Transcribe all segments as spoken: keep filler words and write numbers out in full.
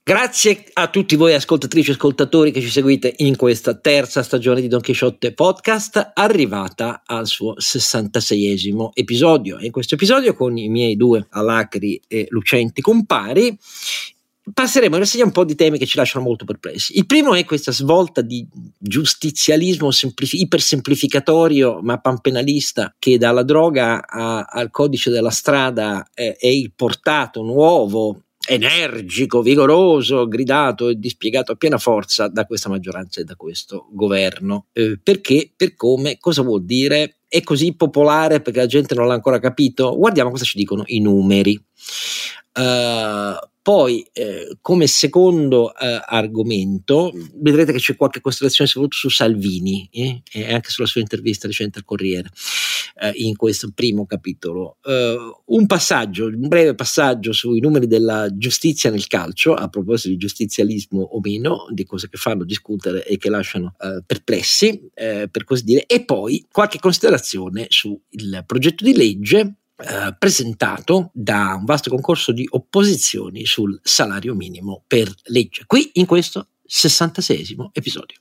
Grazie a tutti voi ascoltatrici e ascoltatori che ci seguite in questa terza stagione di Don Chisciotte Podcast, arrivata al suo sessantaseiesimo episodio. In questo episodio, con i miei due alacri e lucenti compari, passeremo a rassegnare un po' di temi che ci lasciano molto perplessi. Il primo è questa svolta di giustizialismo semplifi- ipersemplificatorio ma panpenalista, che dalla droga a, al codice della strada eh, è il portato nuovo, energico, vigoroso, gridato e dispiegato a piena forza da questa maggioranza e da questo governo. Eh, perché? Per come? Cosa vuol dire? È così popolare perché la gente non l'ha ancora capito? Guardiamo cosa ci dicono i numeri. Uh, poi eh, come secondo eh, argomento vedrete che c'è qualche considerazione soprattutto su Salvini eh, e anche sulla sua intervista recente al Corriere eh, in questo primo capitolo. Uh, un passaggio, un breve passaggio sui numeri della giustizia nel calcio, a proposito di giustizialismo o meno, di cose che fanno discutere e che lasciano uh, perplessi, eh, per così dire, e poi qualche considerazione sul progetto di legge Uh, presentato da un vasto concorso di opposizioni sul salario minimo per legge, qui in questo sessantaseiesimo episodio.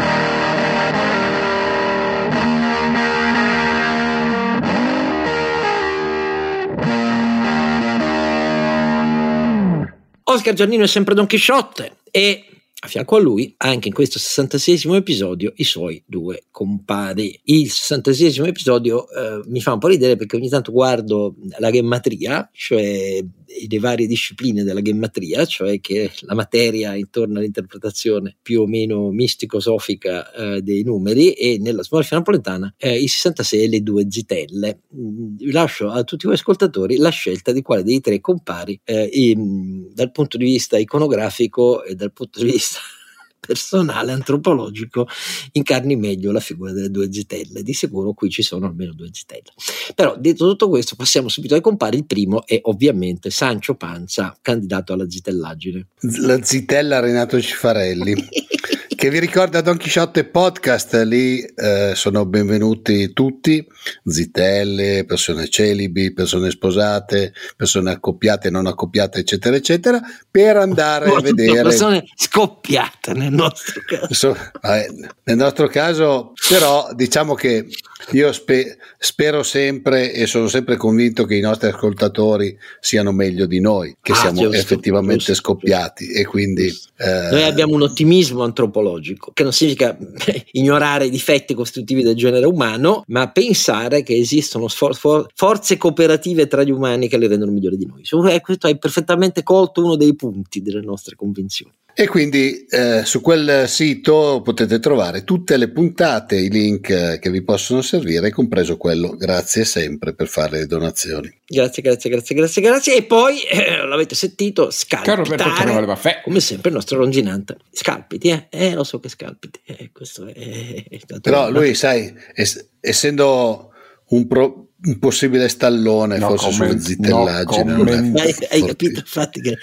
Oscar Giannino è sempre Don Chisciotte e a fianco a lui, anche in questo sessantaseiesimo episodio, i suoi due compari. Il sessantaseiesimo episodio eh, mi fa un po' ridere perché ogni tanto guardo la gemmatria, cioè le varie discipline della gemmatria, cioè che la materia intorno all'interpretazione più o meno mistico-sofica eh, dei numeri, e nella smorfia napoletana eh, il sessantasei e le due zitelle. Vi lascio a tutti voi ascoltatori la scelta di quale dei tre compari eh, in, dal punto di vista iconografico e dal punto di vista personale, antropologico, incarni meglio la figura delle due zitelle. Di sicuro qui ci sono almeno due zitelle. Però detto tutto questo passiamo subito ai compari. Il primo è ovviamente Sancio Panza, candidato alla zitellaggine. La zitella Renato Cifarelli che vi ricorda Don Chisciotte Podcast. Lì eh, sono benvenuti tutti, zitelle, persone celibi, persone sposate, persone accoppiate, non accoppiate, eccetera eccetera, per andare oh, a vedere persone scoppiate nel nostro caso. So, eh, nel nostro caso però diciamo che io spe- spero sempre e sono sempre convinto che i nostri ascoltatori siano meglio di noi, che ah, siamo giusto, effettivamente giusto, scoppiati giusto. E quindi eh, noi abbiamo un ottimismo antropologico, che non significa ignorare i difetti costitutivi del genere umano, ma pensare che esistono sfor- for- forze cooperative tra gli umani che le rendono migliori di noi. Questo hai perfettamente colto uno dei punti delle nostre convinzioni. E quindi eh, su quel sito potete trovare tutte le puntate, i link che vi possono servire, compreso quello grazie sempre per fare le donazioni. Grazie, grazie, grazie, grazie, grazie. E poi eh, l'avete sentito, scalpitare, come sempre il nostro longinante. Scalpiti, eh? eh lo so che scalpiti. Eh, questo è, è stato Però una... lui, sai, es- essendo un pro... un possibile stallone, no, forse comment, sulle zitellaggini, no, hai, hai capito infatti che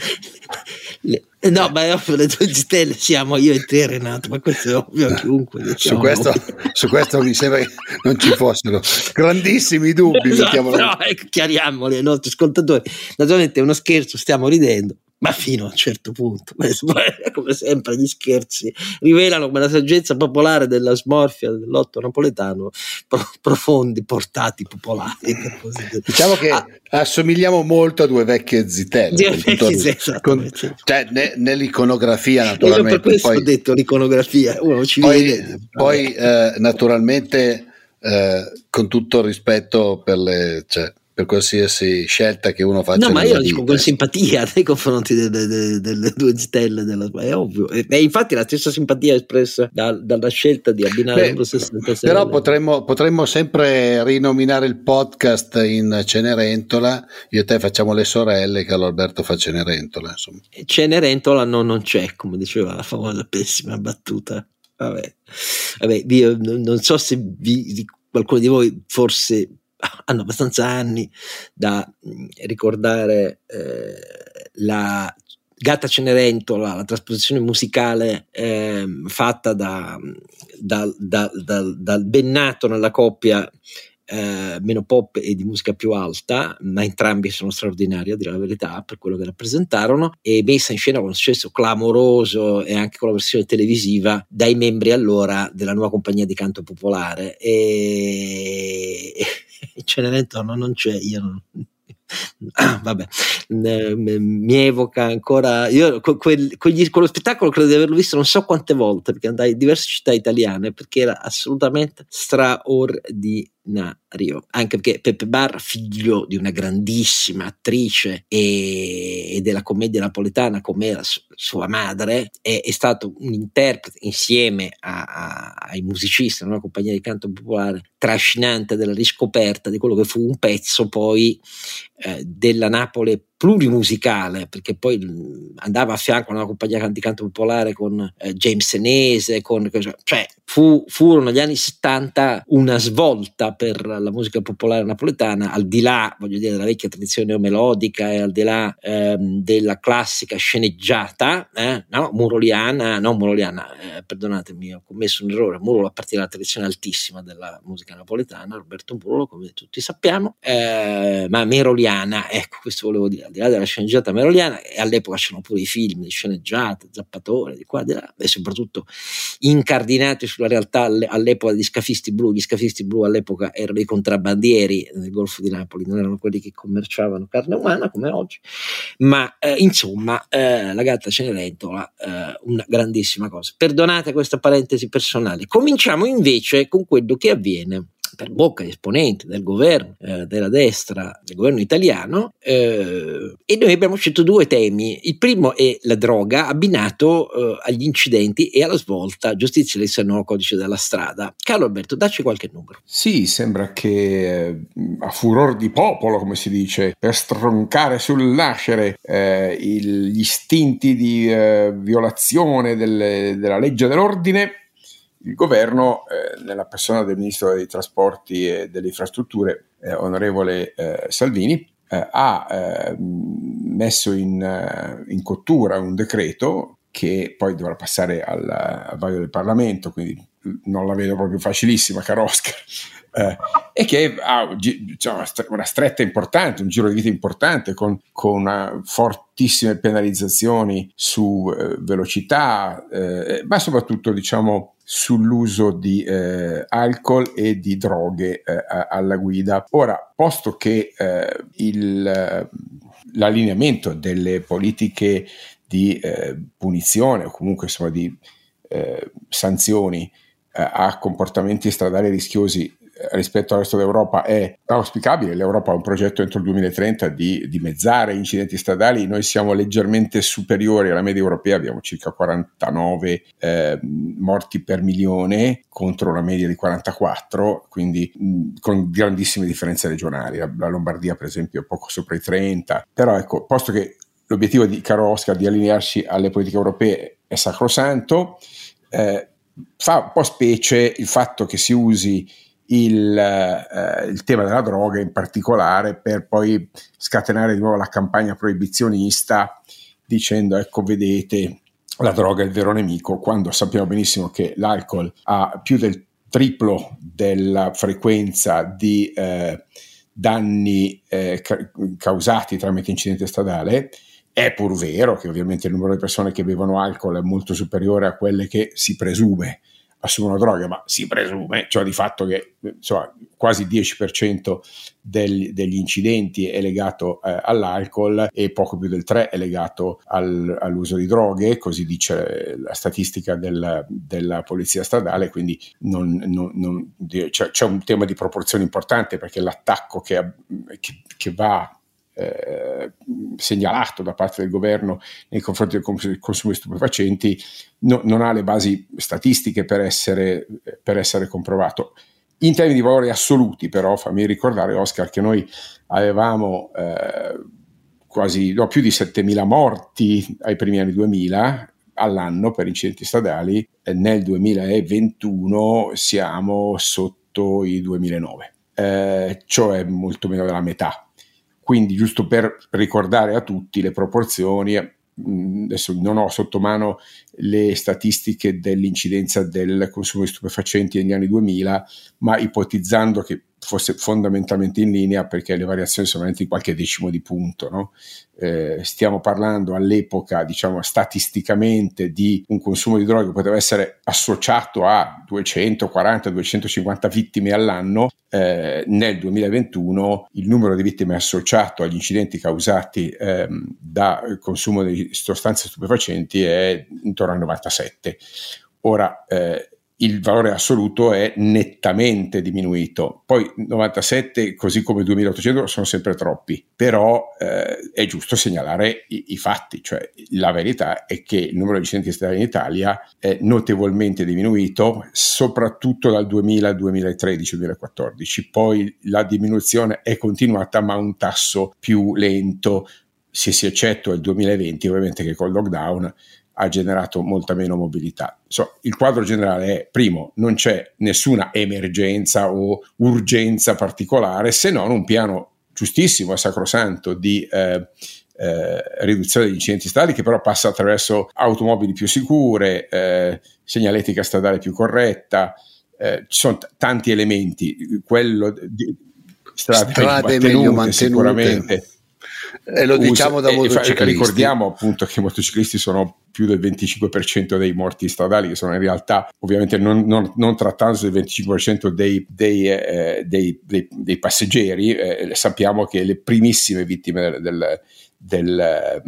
le, no, ma è ovvio, le due zitelle siamo io e te, Renato, ma questo è ovvio a chiunque, diciamo. Su questo, su questo mi sembra che non ci fossero grandissimi dubbi. No, però ecco, chiariamoli ai nostri ascoltatori, naturalmente è uno scherzo, stiamo ridendo, ma fino a un certo punto, come sempre gli scherzi rivelano quella saggezza popolare della smorfia del lotto napoletano, pro- profondi portati popolari, per così dire. Diciamo che ah. assomigliamo molto a due vecchie zitelle, vecchie, con sì, con, cioè, ne, nell'iconografia naturalmente. Io per questo poi, ho detto l'iconografia, uno ci poi, vede. Poi eh, naturalmente eh, con tutto il rispetto per le... Cioè, per qualsiasi scelta che uno faccia. No, ma io lo dico vita. con simpatia nei confronti delle, delle, delle due zitelle, della, è ovvio. E, e infatti la stessa simpatia espressa da, dalla scelta di abbinare il numero sessantasei. Però potremmo, potremmo sempre rinominare il podcast in Cenerentola, io e te facciamo le sorelle, Carlo Alberto fa Cenerentola. Insomma. Cenerentola no, non c'è, come diceva la famosa pessima battuta. Vabbè, Vabbè io non so se vi, qualcuno di voi forse hanno abbastanza anni da ricordare eh, la Gatta Cenerentola, la trasposizione musicale eh, fatta da, da, da, da, dal ben nato nella coppia eh, meno pop e di musica più alta, ma entrambi sono straordinari, a dire la verità, per quello che rappresentarono, e messa in scena con un successo clamoroso e anche con la versione televisiva dai membri allora della nuova compagnia di canto popolare. E Cenerentola no, non c'è, io non... Ah, vabbè, mi evoca ancora io quel, quegli, quello spettacolo credo di averlo visto non so quante volte, perché andai in diverse città italiane, perché era assolutamente straordinario, anche perché Pepe Barra, figlio di una grandissima attrice e, e della commedia napoletana come era su, sua madre, è, è stato un interprete insieme a, a, ai musicisti della compagnia di canto popolare trascinante della riscoperta di quello che fu un pezzo poi eh, della Napoli plurimusicale, perché poi andava a fianco a una compagnia di canto popolare con eh, James Senese, con, cioè fu, furono gli anni settanta una svolta per la musica popolare napoletana, al di là, voglio dire, della vecchia tradizione neomelodica e al di là ehm, della classica sceneggiata, eh, no, muroliana, no muroliana, eh, perdonatemi, ho commesso un errore, Murolo appartiene alla tradizione altissima della musica napoletana, Roberto Murolo, come tutti sappiamo, eh, ma meroliana, ecco, questo volevo dire, al di là della sceneggiata meroliana, e all'epoca c'erano pure i film di sceneggiate, Zappatore, di qua, di là, e soprattutto incardinati sulla realtà all'epoca degli scafisti blu. Gli scafisti blu all'epoca erano i contrabbandieri nel Golfo di Napoli, non erano quelli che commerciavano carne umana come oggi, ma eh, insomma eh, la gatta Cenerentola, eh, una grandissima cosa. Perdonate questa parentesi personale. Cominciamo invece con quello che avviene per bocca di esponenti del governo, eh, della destra, del governo italiano, eh, e noi abbiamo scelto due temi. Il primo è la droga, abbinato eh, agli incidenti e alla svolta giustizia del nuovo codice della strada. Carlo Alberto, dacci qualche numero. Sì, sembra che eh, a furor di popolo, come si dice, per stroncare sul nascere eh, il, gli istinti di eh, violazione delle, della legge dell'ordine, il governo, eh, nella persona del ministro dei trasporti e delle infrastrutture, eh, onorevole eh, Salvini, eh, ha eh, messo in, uh, in cottura un decreto che poi dovrà passare al, al vaglio del Parlamento, quindi non la vedo proprio facilissima, caro Oscar, eh, e che ha diciamo, una stretta importante, un giro di vita importante, con, con una fortissime penalizzazioni su eh, velocità, eh, ma soprattutto diciamo sull'uso di eh, alcol e di droghe eh, alla guida. Ora, posto che eh, il, l'allineamento delle politiche di eh, punizione o comunque insomma di eh, sanzioni eh, a comportamenti stradali rischiosi rispetto al resto d'Europa è auspicabile, l'Europa ha un progetto entro il duemilatrenta di dimezzare gli incidenti stradali, noi siamo leggermente superiori alla media europea, abbiamo circa quarantanove eh, morti per milione contro una media di quarantaquattro, quindi mh, con grandissime differenze regionali, la, la Lombardia per esempio è poco sopra i trenta, però ecco, posto che l'obiettivo di caro Oscar di allinearsi alle politiche europee è sacrosanto, eh, fa un po' specie il fatto che si usi Il, eh, il tema della droga in particolare per poi scatenare di nuovo la campagna proibizionista dicendo ecco vedete la droga è il vero nemico, quando sappiamo benissimo che l'alcol ha più del triplo della frequenza di eh, danni eh, ca- causati tramite incidente stradale. È pur vero che ovviamente il numero di persone che bevono alcol è molto superiore a quelle che si presume assumono droga, ma si presume, cioè di fatto che insomma, quasi il dieci per cento del, degli incidenti è legato eh, all'alcol e poco più del tre per cento è legato al, all'uso di droghe, così dice la statistica del, della polizia stradale, quindi non, non, non, c'è, c'è un tema di proporzione importante, perché l'attacco che, che, che va Eh, segnalato da parte del governo nei confronti del cons- consumo di stupefacenti no, non ha le basi statistiche per essere, per essere comprovato. In termini di valori assoluti, però, fammi ricordare, Oscar, che noi avevamo eh, quasi no, più di settemila morti ai primi anni duemila all'anno per incidenti stradali, e nel duemilaventuno siamo sotto i duemilanove, eh, cioè molto meno della metà. Quindi, giusto per ricordare a tutti le proporzioni, adesso non ho sotto mano le statistiche dell'incidenza del consumo di stupefacenti negli anni duemila, ma ipotizzando che fosse fondamentalmente in linea, perché le variazioni sono veramente di qualche decimo di punto, no? Eh, stiamo parlando all'epoca, diciamo, statisticamente di un consumo di droga che poteva essere associato a duecentoquaranta duecentocinquanta vittime all'anno. Eh, nel duemilaventuno il numero di vittime associato agli incidenti causati ehm, da consumo di sostanze stupefacenti è intorno al novantasette. Ora, eh, il valore assoluto è nettamente diminuito. Poi novantasette, così come duemilaottocento, sono sempre troppi, però eh, è giusto segnalare i, i fatti, cioè la verità è che il numero di incidenti stradali in Italia è notevolmente diminuito, soprattutto dal duemila al duemilatredici duemilaquattordici. Poi la diminuzione è continuata, ma a un tasso più lento, se si eccettua il duemilaventi, ovviamente, che col lockdown ha generato molta meno mobilità. So, il quadro generale è: primo, non c'è nessuna emergenza o urgenza particolare, se non un piano giustissimo e sacrosanto di eh, eh, riduzione degli incidenti stradali, che però passa attraverso automobili più sicure, eh, segnaletica stradale più corretta. Eh, ci sono t- tanti elementi, quello di strade, strade meglio mantenute, mantenute sicuramente. E lo diciamo da motociclisti. Ricordiamo appunto che i motociclisti sono più del venticinque per cento dei morti stradali, che sono in realtà, ovviamente non, non, non trattandosi del venticinque per cento dei, dei, eh, dei, dei, dei passeggeri, eh, sappiamo che le primissime vittime del, del, del,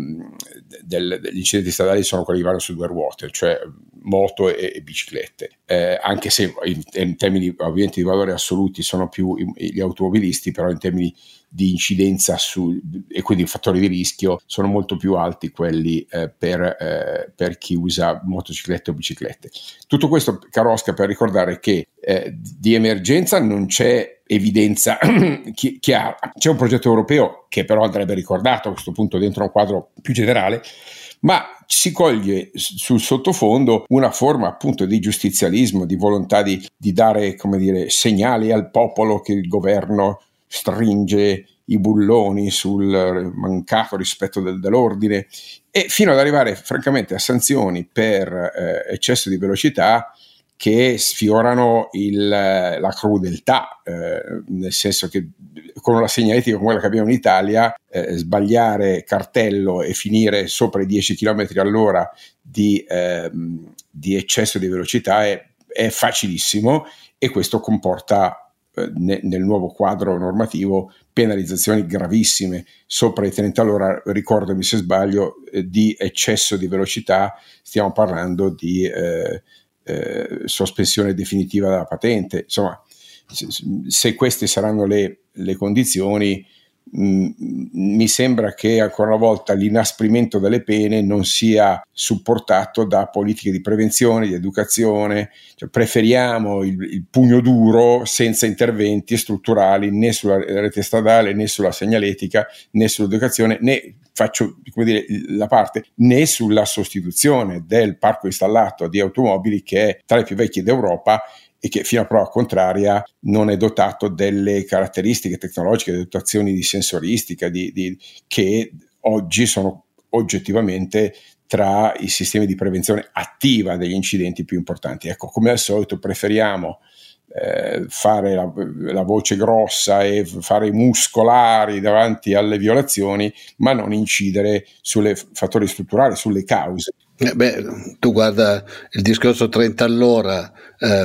del, degli incidenti stradali sono quelli che vanno su due ruote, cioè moto e, e biciclette, eh, anche se in, in termini ovviamente di valori assoluti sono più gli automobilisti, però in termini di incidenza su, e quindi fattori di rischio sono molto più alti quelli eh, per, eh, per chi usa motociclette o biciclette. Tutto questo, caro Oscar, per ricordare che eh, di emergenza non c'è evidenza chiara. C'è un progetto europeo che però andrebbe ricordato a questo punto dentro un quadro più generale, ma si coglie sul sottofondo una forma appunto di giustizialismo, di volontà di, di dare, come dire, segnali al popolo che il governo stringe i bulloni sul mancato rispetto del, dell'ordine, e fino ad arrivare francamente a sanzioni per eh, eccesso di velocità che sfiorano il, la crudeltà, eh, nel senso che con una segnaletica come quella che abbiamo in Italia, eh, sbagliare cartello e finire sopra i dieci chilometri all'ora di, eh, di eccesso di velocità è, è facilissimo, e questo comporta nel nuovo quadro normativo penalizzazioni gravissime sopra i trenta all'ora. Ricordami se sbaglio, eh, di eccesso di velocità stiamo parlando di eh, eh, sospensione definitiva della patente. Insomma, se, se queste saranno le, le condizioni, mh, mi sembra che ancora una volta l'inasprimento delle pene non sia supportato da politiche di prevenzione, di educazione. Cioè, preferiamo il, il pugno duro senza interventi strutturali né sulla rete stradale, né sulla segnaletica, né sull'educazione, né faccio come dire la parte né sulla sostituzione del parco installato di automobili, che è tra le più vecchie d'Europa e che fino a prova contraria non è dotato delle caratteristiche tecnologiche, delle dotazioni di sensoristica di, di, che oggi sono oggettivamente tra i sistemi di prevenzione attiva degli incidenti più importanti. Ecco, come al solito preferiamo eh, fare la, la voce grossa e fare i muscolari davanti alle violazioni, ma non incidere sui fattori strutturali, sulle cause. Eh beh, tu guarda il discorso trenta all'ora eh,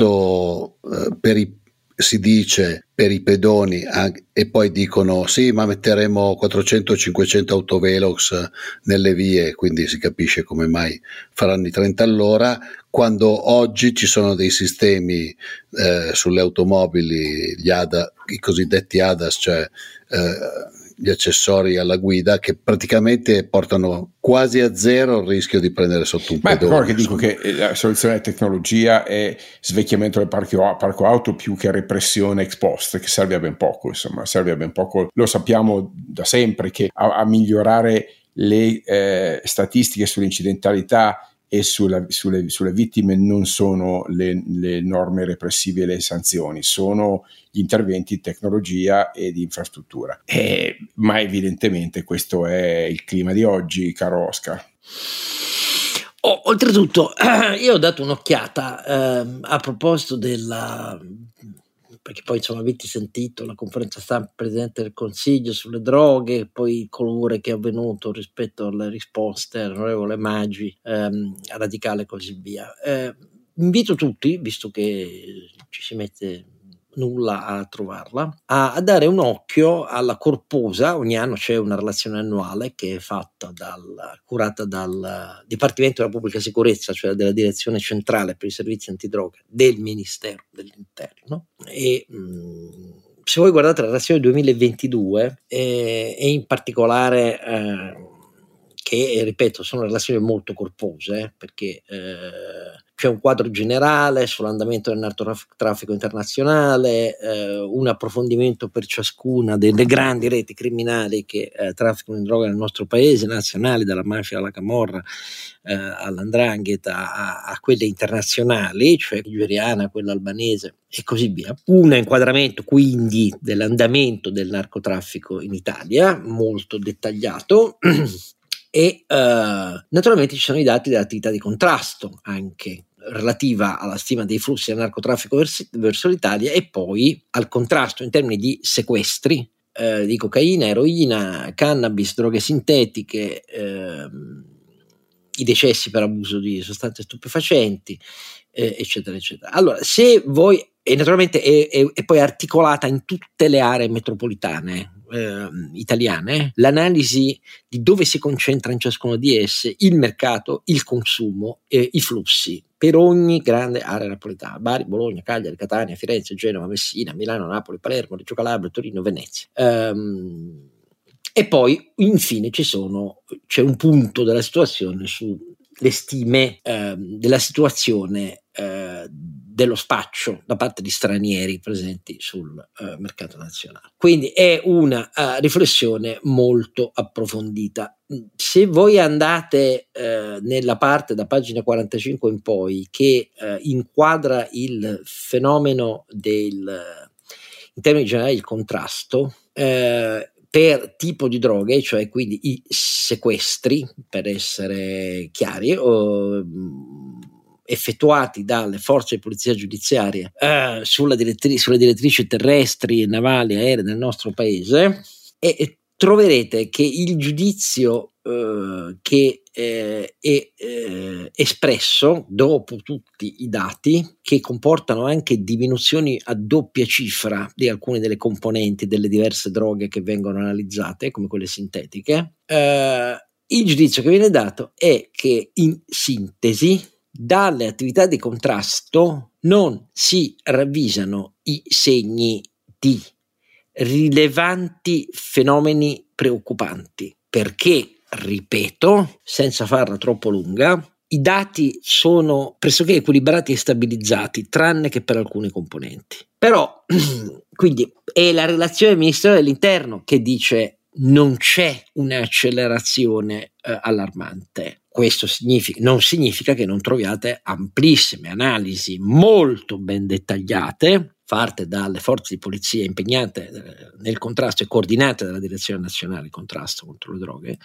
fatto eh, per i, si dice per i pedoni, anche, e poi dicono sì, ma metteremo quattrocento cinquecento autovelox nelle vie, quindi si capisce come mai faranno i trenta all'ora, quando oggi ci sono dei sistemi eh, sulle automobili, gli A D A, i cosiddetti A D A S, cioè eh, gli accessori alla guida, che praticamente portano quasi a zero il rischio di prendere sotto un Ma pedone. Ma che dico che la soluzione della tecnologia è svecchiamento del parco, parco auto più che repressione ex post, che serve a ben poco, insomma, serve a ben poco. Lo sappiamo da sempre che a, a migliorare le eh, statistiche sull'incidentalità e sulla, sulle, sulle vittime non sono le, le norme repressive e le sanzioni, sono gli interventi di tecnologia e di infrastruttura. Eh, ma evidentemente questo è il clima di oggi, caro Oscar. Oh, oltretutto, io ho dato un'occhiata eh, a proposito della perché poi insomma avete sentito la conferenza stampa del Presidente del Consiglio sulle droghe, poi il colore che è avvenuto rispetto alle risposte all'onorevole Maggi, ehm, radicale e così via. Eh, invito tutti, visto che ci si mette nulla a trovarla, a, a dare un occhio alla corposa. Ogni anno c'è una relazione annuale che è fatta dal, curata dal Dipartimento della Pubblica Sicurezza, cioè della Direzione Centrale per i Servizi Antidroga del Ministero dell'Interno, e mh, se voi guardate la relazione duemilaventidue eh, e in particolare eh, che, ripeto, sono relazioni molto corpose, eh, perché eh, c'è un quadro generale sull'andamento del narcotraffico internazionale, eh, un approfondimento per ciascuna delle grandi reti criminali che eh, trafficano in droga nel nostro paese, nazionali, dalla mafia alla camorra, eh, all'andrangheta, a, a quelle internazionali, cioè nigeriana, quella albanese e così via. Un inquadramento quindi dell'andamento del narcotraffico in Italia, molto dettagliato. E uh, naturalmente ci sono i dati dell'attività di contrasto anche relativa alla stima dei flussi del narcotraffico verso, verso l'Italia, e poi al contrasto in termini di sequestri eh, di cocaina, eroina, cannabis, droghe sintetiche, eh, i decessi per abuso di sostanze stupefacenti, eh, eccetera eccetera. Allora, se voi, e naturalmente è, è, è poi articolata in tutte le aree metropolitane eh, italiane, l'analisi di dove si concentra in ciascuno di esse il mercato, il consumo e i flussi per ogni grande area napoletana: Bari, Bologna, Cagliari, Catania, Firenze, Genova, Messina, Milano, Napoli, Palermo, Reggio Calabria, Torino, Venezia. Um, e poi infine ci sono, c'è un punto della situazione sulle stime eh, della situazione eh, dello spaccio da parte di stranieri presenti sul eh, mercato nazionale. Quindi è una uh, riflessione molto approfondita. Se voi andate eh, nella parte da pagina quarantacinque in poi che eh, inquadra il fenomeno del, in termini generali, il contrasto eh, per tipo di droghe, cioè quindi i sequestri, per essere chiari, o, effettuati dalle forze di polizia giudiziaria eh, sulla direttri- sulle direttrici terrestri, navali, aeree del nostro paese, e, e troverete che il giudizio eh, che eh, è eh, espresso dopo tutti i dati, che comportano anche diminuzioni a doppia cifra di alcune delle componenti delle diverse droghe che vengono analizzate, come quelle sintetiche, eh, il giudizio che viene dato è che, in sintesi, dalle attività di contrasto non si ravvisano i segni di rilevanti fenomeni preoccupanti, perché, ripeto, senza farla troppo lunga, i dati sono pressoché equilibrati e stabilizzati, tranne che per alcune componenti. Però, quindi, è la relazione del Ministero dell'Interno che dice non c'è un'accelerazione eh, allarmante. Questo significa, non significa che non troviate amplissime analisi molto ben dettagliate fatte dalle forze di polizia impegnate nel contrasto e coordinate dalla Direzione Nazionale di Contrasto contro le Droghe,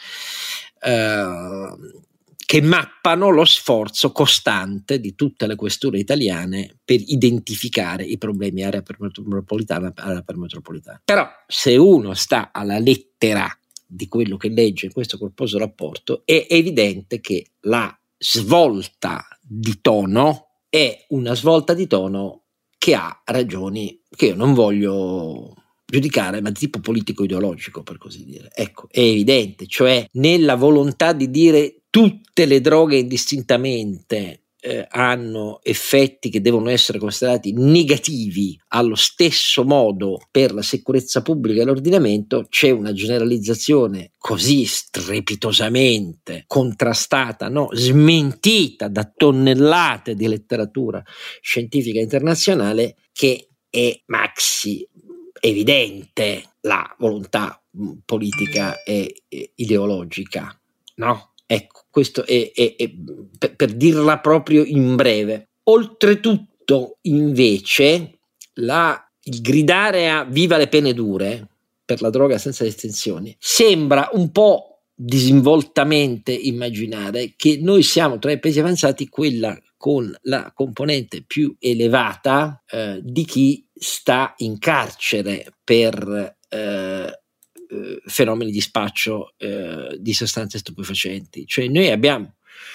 eh, che mappano lo sforzo costante di tutte le questure italiane per identificare i problemi area per metropolitana, area per metropolitana. Però se uno sta alla lettera di quello che legge in questo corposo rapporto, è evidente che la svolta di tono è una svolta di tono che ha ragioni che io non voglio giudicare, ma di tipo politico-ideologico, per così dire. Ecco, è evidente, cioè nella volontà di dire tutte le droghe indistintamente eh, hanno effetti che devono essere considerati negativi allo stesso modo per la sicurezza pubblica e l'ordinamento, c'è una generalizzazione così strepitosamente contrastata, no? Smentita da tonnellate di letteratura scientifica internazionale, che è maxi evidente la volontà politica e, e ideologica, no? Ecco, questo è, è, è per, per dirla proprio in breve. Oltretutto, invece, la, il gridare a viva le pene dure per la droga senza distinzioni sembra un po' disinvoltamente immaginare che noi siamo tra i paesi avanzati quella con la componente più elevata eh, di chi sta in carcere per eh, eh, fenomeni di spaccio eh, di sostanze stupefacenti. Cioè noi abbiamo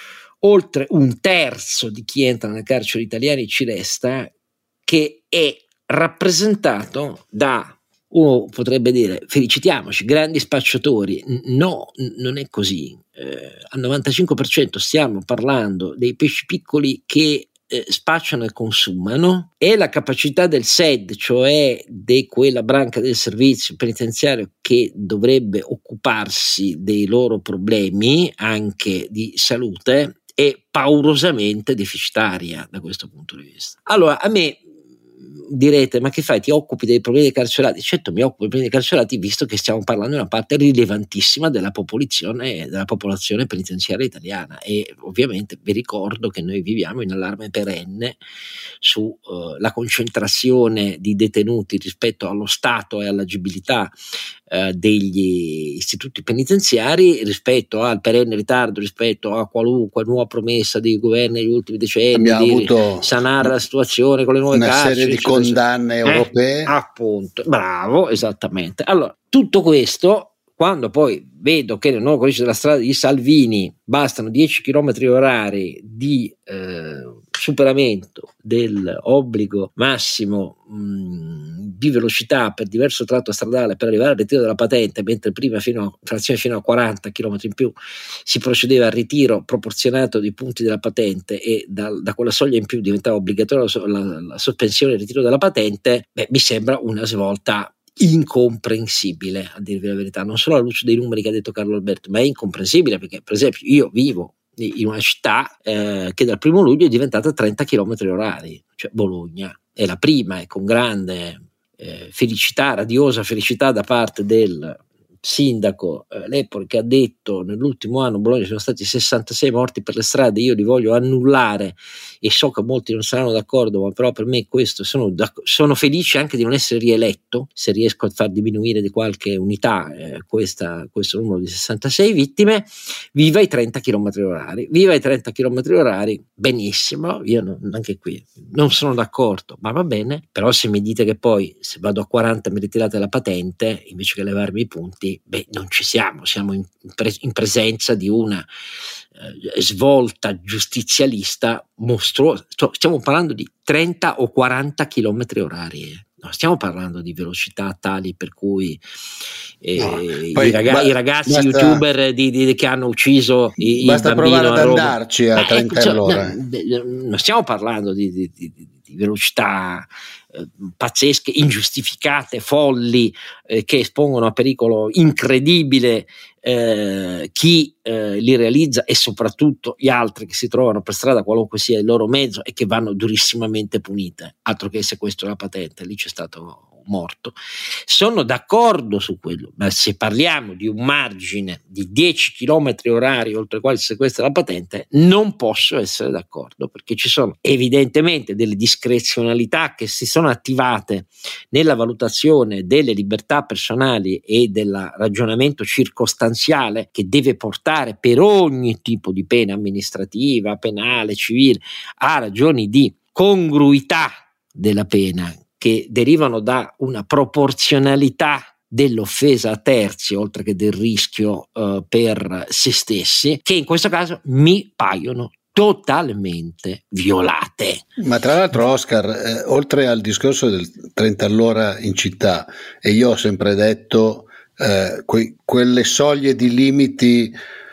oltre un terzo di chi entra nelle carceri italiane ci resta che è rappresentato da, uno potrebbe dire, felicitiamoci, grandi spacciatori. No, non è così. Eh, al novantacinque per cento stiamo parlando dei pesci piccoli che eh, spacciano e consumano, e la capacità del S E D, cioè di quella branca del servizio penitenziario che dovrebbe occuparsi dei loro problemi anche di salute, è paurosamente deficitaria da questo punto di vista. Allora, a me direte, ma che fai, ti occupi dei problemi dei carcerati? Certo, mi occupo dei problemi dei carcerati, visto che stiamo parlando di una parte rilevantissima della popolazione della popolazione penitenziaria italiana, e ovviamente vi ricordo che noi viviamo in allarme perenne sulla uh, concentrazione di detenuti rispetto allo stato e all'agibilità uh, degli istituti penitenziari, rispetto al perenne ritardo rispetto a qualunque nuova promessa dei governi degli ultimi decenni. Abbiamo di avuto sanare la situazione con le nuove una carceri, serie di condanne eh, europee. Appunto, bravo, esattamente. Allora, tutto questo, quando poi vedo che nel nuovo codice della strada di Salvini bastano dieci chilometri orari di eh, superamento dell'obbligo massimo mh, di velocità per diverso tratto stradale per arrivare al ritiro della patente, mentre prima fino a frazione fino a quaranta chilometri in più si procedeva al ritiro proporzionato dei punti della patente, e da, da quella soglia in più diventava obbligatoria la, la, la sospensione del ritiro della patente, beh, mi sembra una svolta incomprensibile, a dirvi la verità, non solo alla luce dei numeri che ha detto Carlo Alberto, ma è incomprensibile perché, per esempio, io vivo in una città eh, che dal primo luglio è diventata trenta chilometri orari, cioè Bologna è la prima, e con grande eh, felicità, radiosa felicità da parte del sindaco eh, Lepore, che ha detto nell'ultimo anno a Bologna sono stati sessantasei morti per le strade, io li voglio annullare, e so che molti non saranno d'accordo, ma però per me questo sono, sono felice anche di non essere rieletto se riesco a far diminuire di qualche unità eh, questa, questo numero di sessantasei vittime. Viva i trenta chilometri orari, viva i trenta chilometri orari, benissimo, io non, anche qui non sono d'accordo, ma va bene, però se mi dite che poi se vado a quaranta mi ritirate la patente invece che levarmi i punti, beh, non ci siamo, siamo in, pre- in presenza di una eh, svolta giustizialista mostruosa. Stiamo parlando di trenta o quaranta chilometri orari, eh. No, stiamo parlando di velocità tali per cui eh, no, poi, i, raga- ba- i ragazzi basta, youtuber di, di, che hanno ucciso i, basta il bambino provare ad a Roma, andarci a trenta ecco, all'ora. No, non stiamo parlando di, di, di, di velocità eh, pazzesche, ingiustificate, folli, eh, che espongono a pericolo incredibile eh, chi eh, li realizza, e soprattutto gli altri che si trovano per strada, qualunque sia il loro mezzo, e che vanno durissimamente punite. Altro che sequestro della patente, lì c'è stato morto. Sono d'accordo su quello, ma se parliamo di un margine di dieci chilometri orari oltre il quale si sequestra la patente, non posso essere d'accordo, perché ci sono evidentemente delle discrezionalità che si sono attivate nella valutazione delle libertà personali e del ragionamento circostanziale che deve portare per ogni tipo di pena amministrativa, penale, civile, a ragioni di congruità della pena che derivano da una proporzionalità dell'offesa a terzi, oltre che del rischio uh, per se stessi, che in questo caso mi paiono totalmente violate. Ma tra l'altro, Oscar, eh, oltre al discorso del trenta all'ora in città, e io ho sempre detto eh, que- quelle soglie di limiti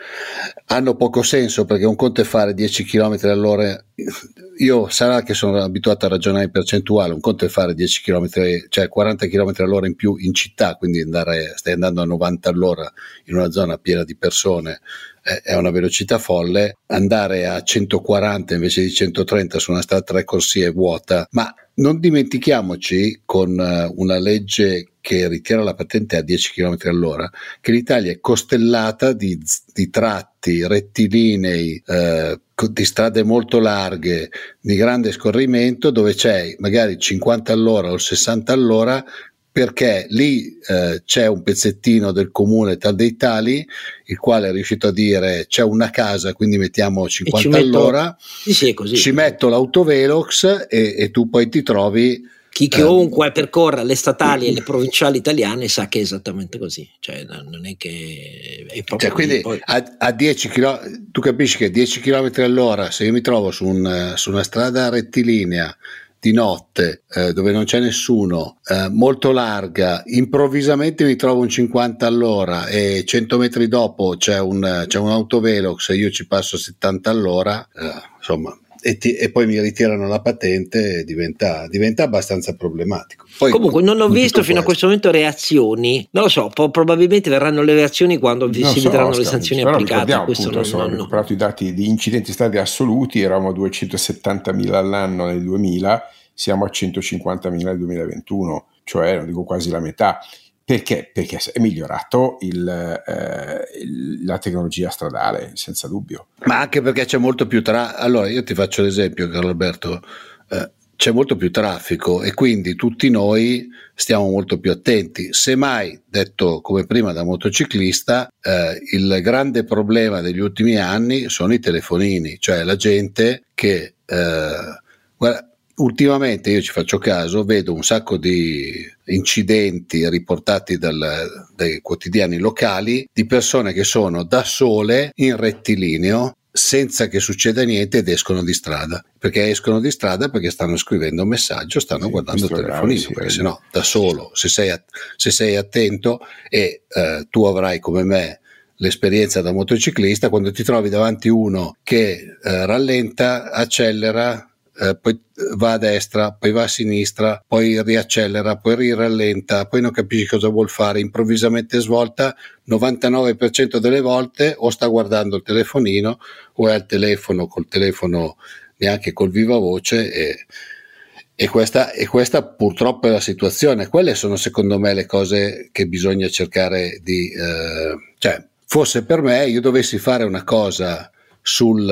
hanno poco senso, perché un conto è fare dieci chilometri all'ora. Io sarà che sono abituato a ragionare in percentuale, un conto è fare dieci chilometri, cioè quaranta chilometri all'ora in più in città, quindi andare, stai andando a novanta all'ora in una zona piena di persone, eh, è una velocità folle. Andare a centoquaranta invece di centotrenta su una strada tre corsie vuota, ma non dimentichiamoci, con una legge che ritira la patente a dieci chilometri all'ora, che l'Italia è costellata di, di tratti rettilinei, eh, di strade molto larghe, di grande scorrimento, dove c'è magari cinquanta all'ora o sessanta all'ora, perché lì eh, c'è un pezzettino del comune tal dei tali, il quale è riuscito a dire c'è una casa, quindi mettiamo cinquanta metto, all'ora, sì, sì, è così. Ci metto l'autovelox e, e tu poi ti trovi Chi chiunque eh, percorra le statali e le provinciali italiane sa che è esattamente così, cioè non è che è proprio cioè, quindi poi... a, a dieci chilometri, tu capisci che dieci chilometri all'ora, se io mi trovo su, un, su una strada rettilinea di notte eh, dove non c'è nessuno, eh, molto larga, improvvisamente mi trovo un cinquanta all'ora e cento metri dopo c'è un, c'è un autovelox e io ci passo settanta all'ora, eh, insomma, e, ti, e poi mi ritirano la patente, diventa, diventa abbastanza problematico. Poi, comunque non ho visto fino questo. a questo momento reazioni, non lo so, po- probabilmente verranno le reazioni quando vi, si so, vedranno Oscar, le sanzioni però applicate. Questo appunto, non, ho non, recuperato i dati di incidenti stradali assoluti, eravamo duecentosettantamila all'anno nel duemila, siamo a centocinquantamila nel duemilaventuno, cioè non dico quasi la metà. Perché? Perché è migliorato il, eh, il, la tecnologia stradale, senza dubbio. Ma anche perché c'è molto più tra... Allora, io ti faccio l'esempio, Carlo Alberto, eh, c'è molto più traffico e quindi tutti noi stiamo molto più attenti. Semmai, detto come prima da motociclista, eh, il grande problema degli ultimi anni sono i telefonini, cioè la gente che... Eh, guarda, ultimamente io ci faccio caso, vedo un sacco di incidenti riportati dal, dai quotidiani locali di persone che sono da sole in rettilineo senza che succeda niente ed escono di strada. Perché escono di strada? Perché stanno scrivendo un messaggio, stanno sì, guardando il telefonino, grave, sì, perché se no da solo, se sei, se sei attento e eh, tu avrai come me l'esperienza da motociclista, quando ti trovi davanti uno che eh, rallenta, accelera, Eh, poi va a destra, poi va a sinistra, poi riaccelera, poi rirallenta, poi non capisci cosa vuol fare, improvvisamente svolta, novantanove per cento delle volte o sta guardando il telefonino o è al telefono col telefono neanche col viva voce e, e, questa, e questa purtroppo è la situazione. Quelle sono secondo me le cose che bisogna cercare di eh, cioè fosse per me io dovessi fare una cosa sul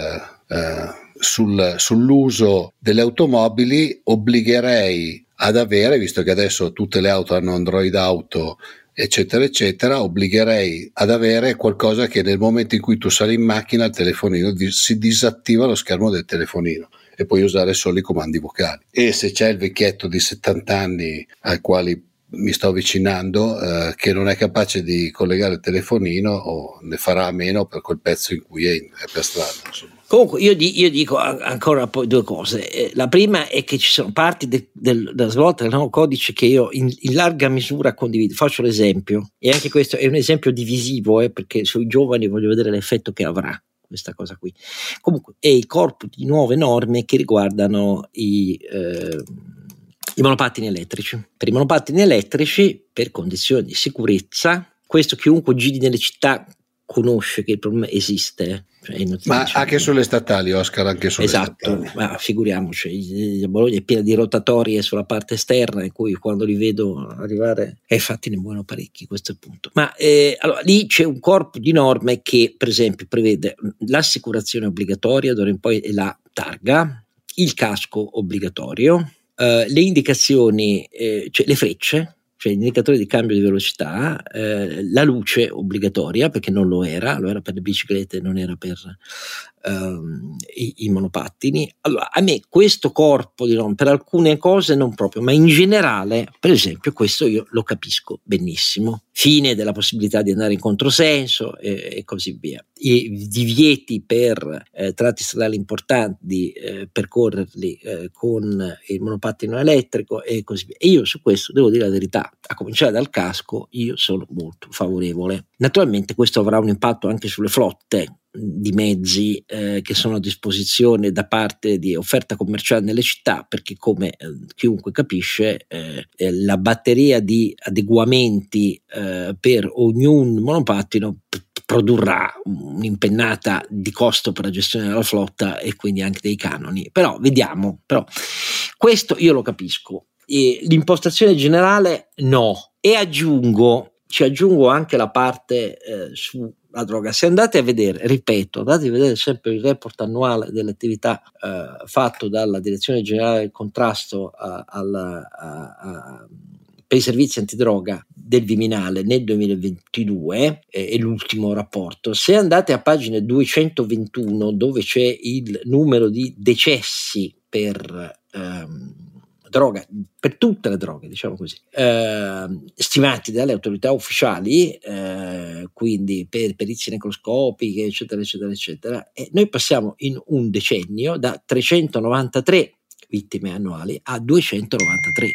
eh, Sul, sull'uso delle automobili, obbligherei ad avere, visto che adesso tutte le auto hanno Android Auto eccetera eccetera, obbligherei ad avere qualcosa che nel momento in cui tu sali in macchina il telefonino si disattiva lo schermo del telefonino e puoi usare solo i comandi vocali. E se c'è il vecchietto di settanta anni al quale mi sto avvicinando eh, che non è capace di collegare il telefonino o ne farà a meno per quel pezzo in cui è, in, è per strada, insomma. Comunque io, di, io dico ancora poi due cose. Eh, la prima è che ci sono parti de, del, della svolta del nuovo codice che io in, in larga misura condivido. Faccio l'esempio, e anche questo è un esempio divisivo eh, perché sui giovani voglio vedere l'effetto che avrà questa cosa qui. Comunque è il corpo di nuove norme che riguardano i, eh, i monopattini elettrici. Per i monopattini elettrici, per condizioni di sicurezza, questo chiunque giri nelle città conosce che il problema esiste. Cioè, ma anche sulle statali, Oscar, anche sulle esatto, statali. Ma figuriamoci, la Bologna è piena di rotatorie sulla parte esterna in cui quando li vedo arrivare, e infatti ne muoiono parecchi, questo è il punto. Ma eh, allora lì c'è un corpo di norme che per esempio prevede l'assicurazione obbligatoria, d'ora in poi è la targa, il casco obbligatorio, eh, le indicazioni, eh, cioè le frecce, cioè l'indicatori di cambio di velocità, eh, la luce obbligatoria perché non lo era, lo era per le biciclette, non era per um, i, i monopattini. Allora a me questo corpo di norme per alcune cose non proprio, ma in generale per esempio questo io lo capisco benissimo. Fine della possibilità di andare in controsenso e, e così via. I divieti per eh, tratti stradali importanti di eh, percorrerli eh, con il monopattino elettrico e così via. E io su questo devo dire la verità, a cominciare dal casco io sono molto favorevole. Naturalmente questo avrà un impatto anche sulle flotte di mezzi eh, che sono a disposizione da parte di offerta commerciale nelle città, perché come eh, chiunque capisce eh, eh, la batteria di adeguamenti eh, per ognuno monopattino p- produrrà un'impennata di costo per la gestione della flotta e quindi anche dei canoni, però vediamo, però questo io lo capisco. E l'impostazione generale no, e aggiungo ci aggiungo anche la parte eh, sulla droga. Se andate a vedere, ripeto, andate a vedere sempre il report annuale delle attività eh, fatto dalla Direzione Generale del Contrasto a, a, a, a, per i servizi antidroga del Viminale nel duemilaventidue, eh, è l'ultimo rapporto. Se andate a pagina duecentoventuno dove c'è il numero di decessi per ehm, droga, per tutte le droghe, diciamo così, eh, stimati dalle autorità ufficiali, eh, quindi per perizie necroscopiche, eccetera, eccetera, eccetera, e noi passiamo in un decennio da trecentonovantatré vittime annuali a duecentonovantatré.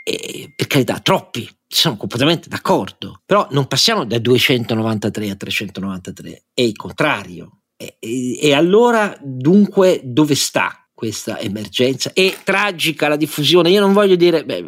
E, per carità, troppi, sono completamente d'accordo, però non passiamo da duecentonovantatré a trecentonovantatré, è il contrario. E, e, e allora, dunque, dove sta questa emergenza? È tragica la diffusione. Io non voglio dire, beh,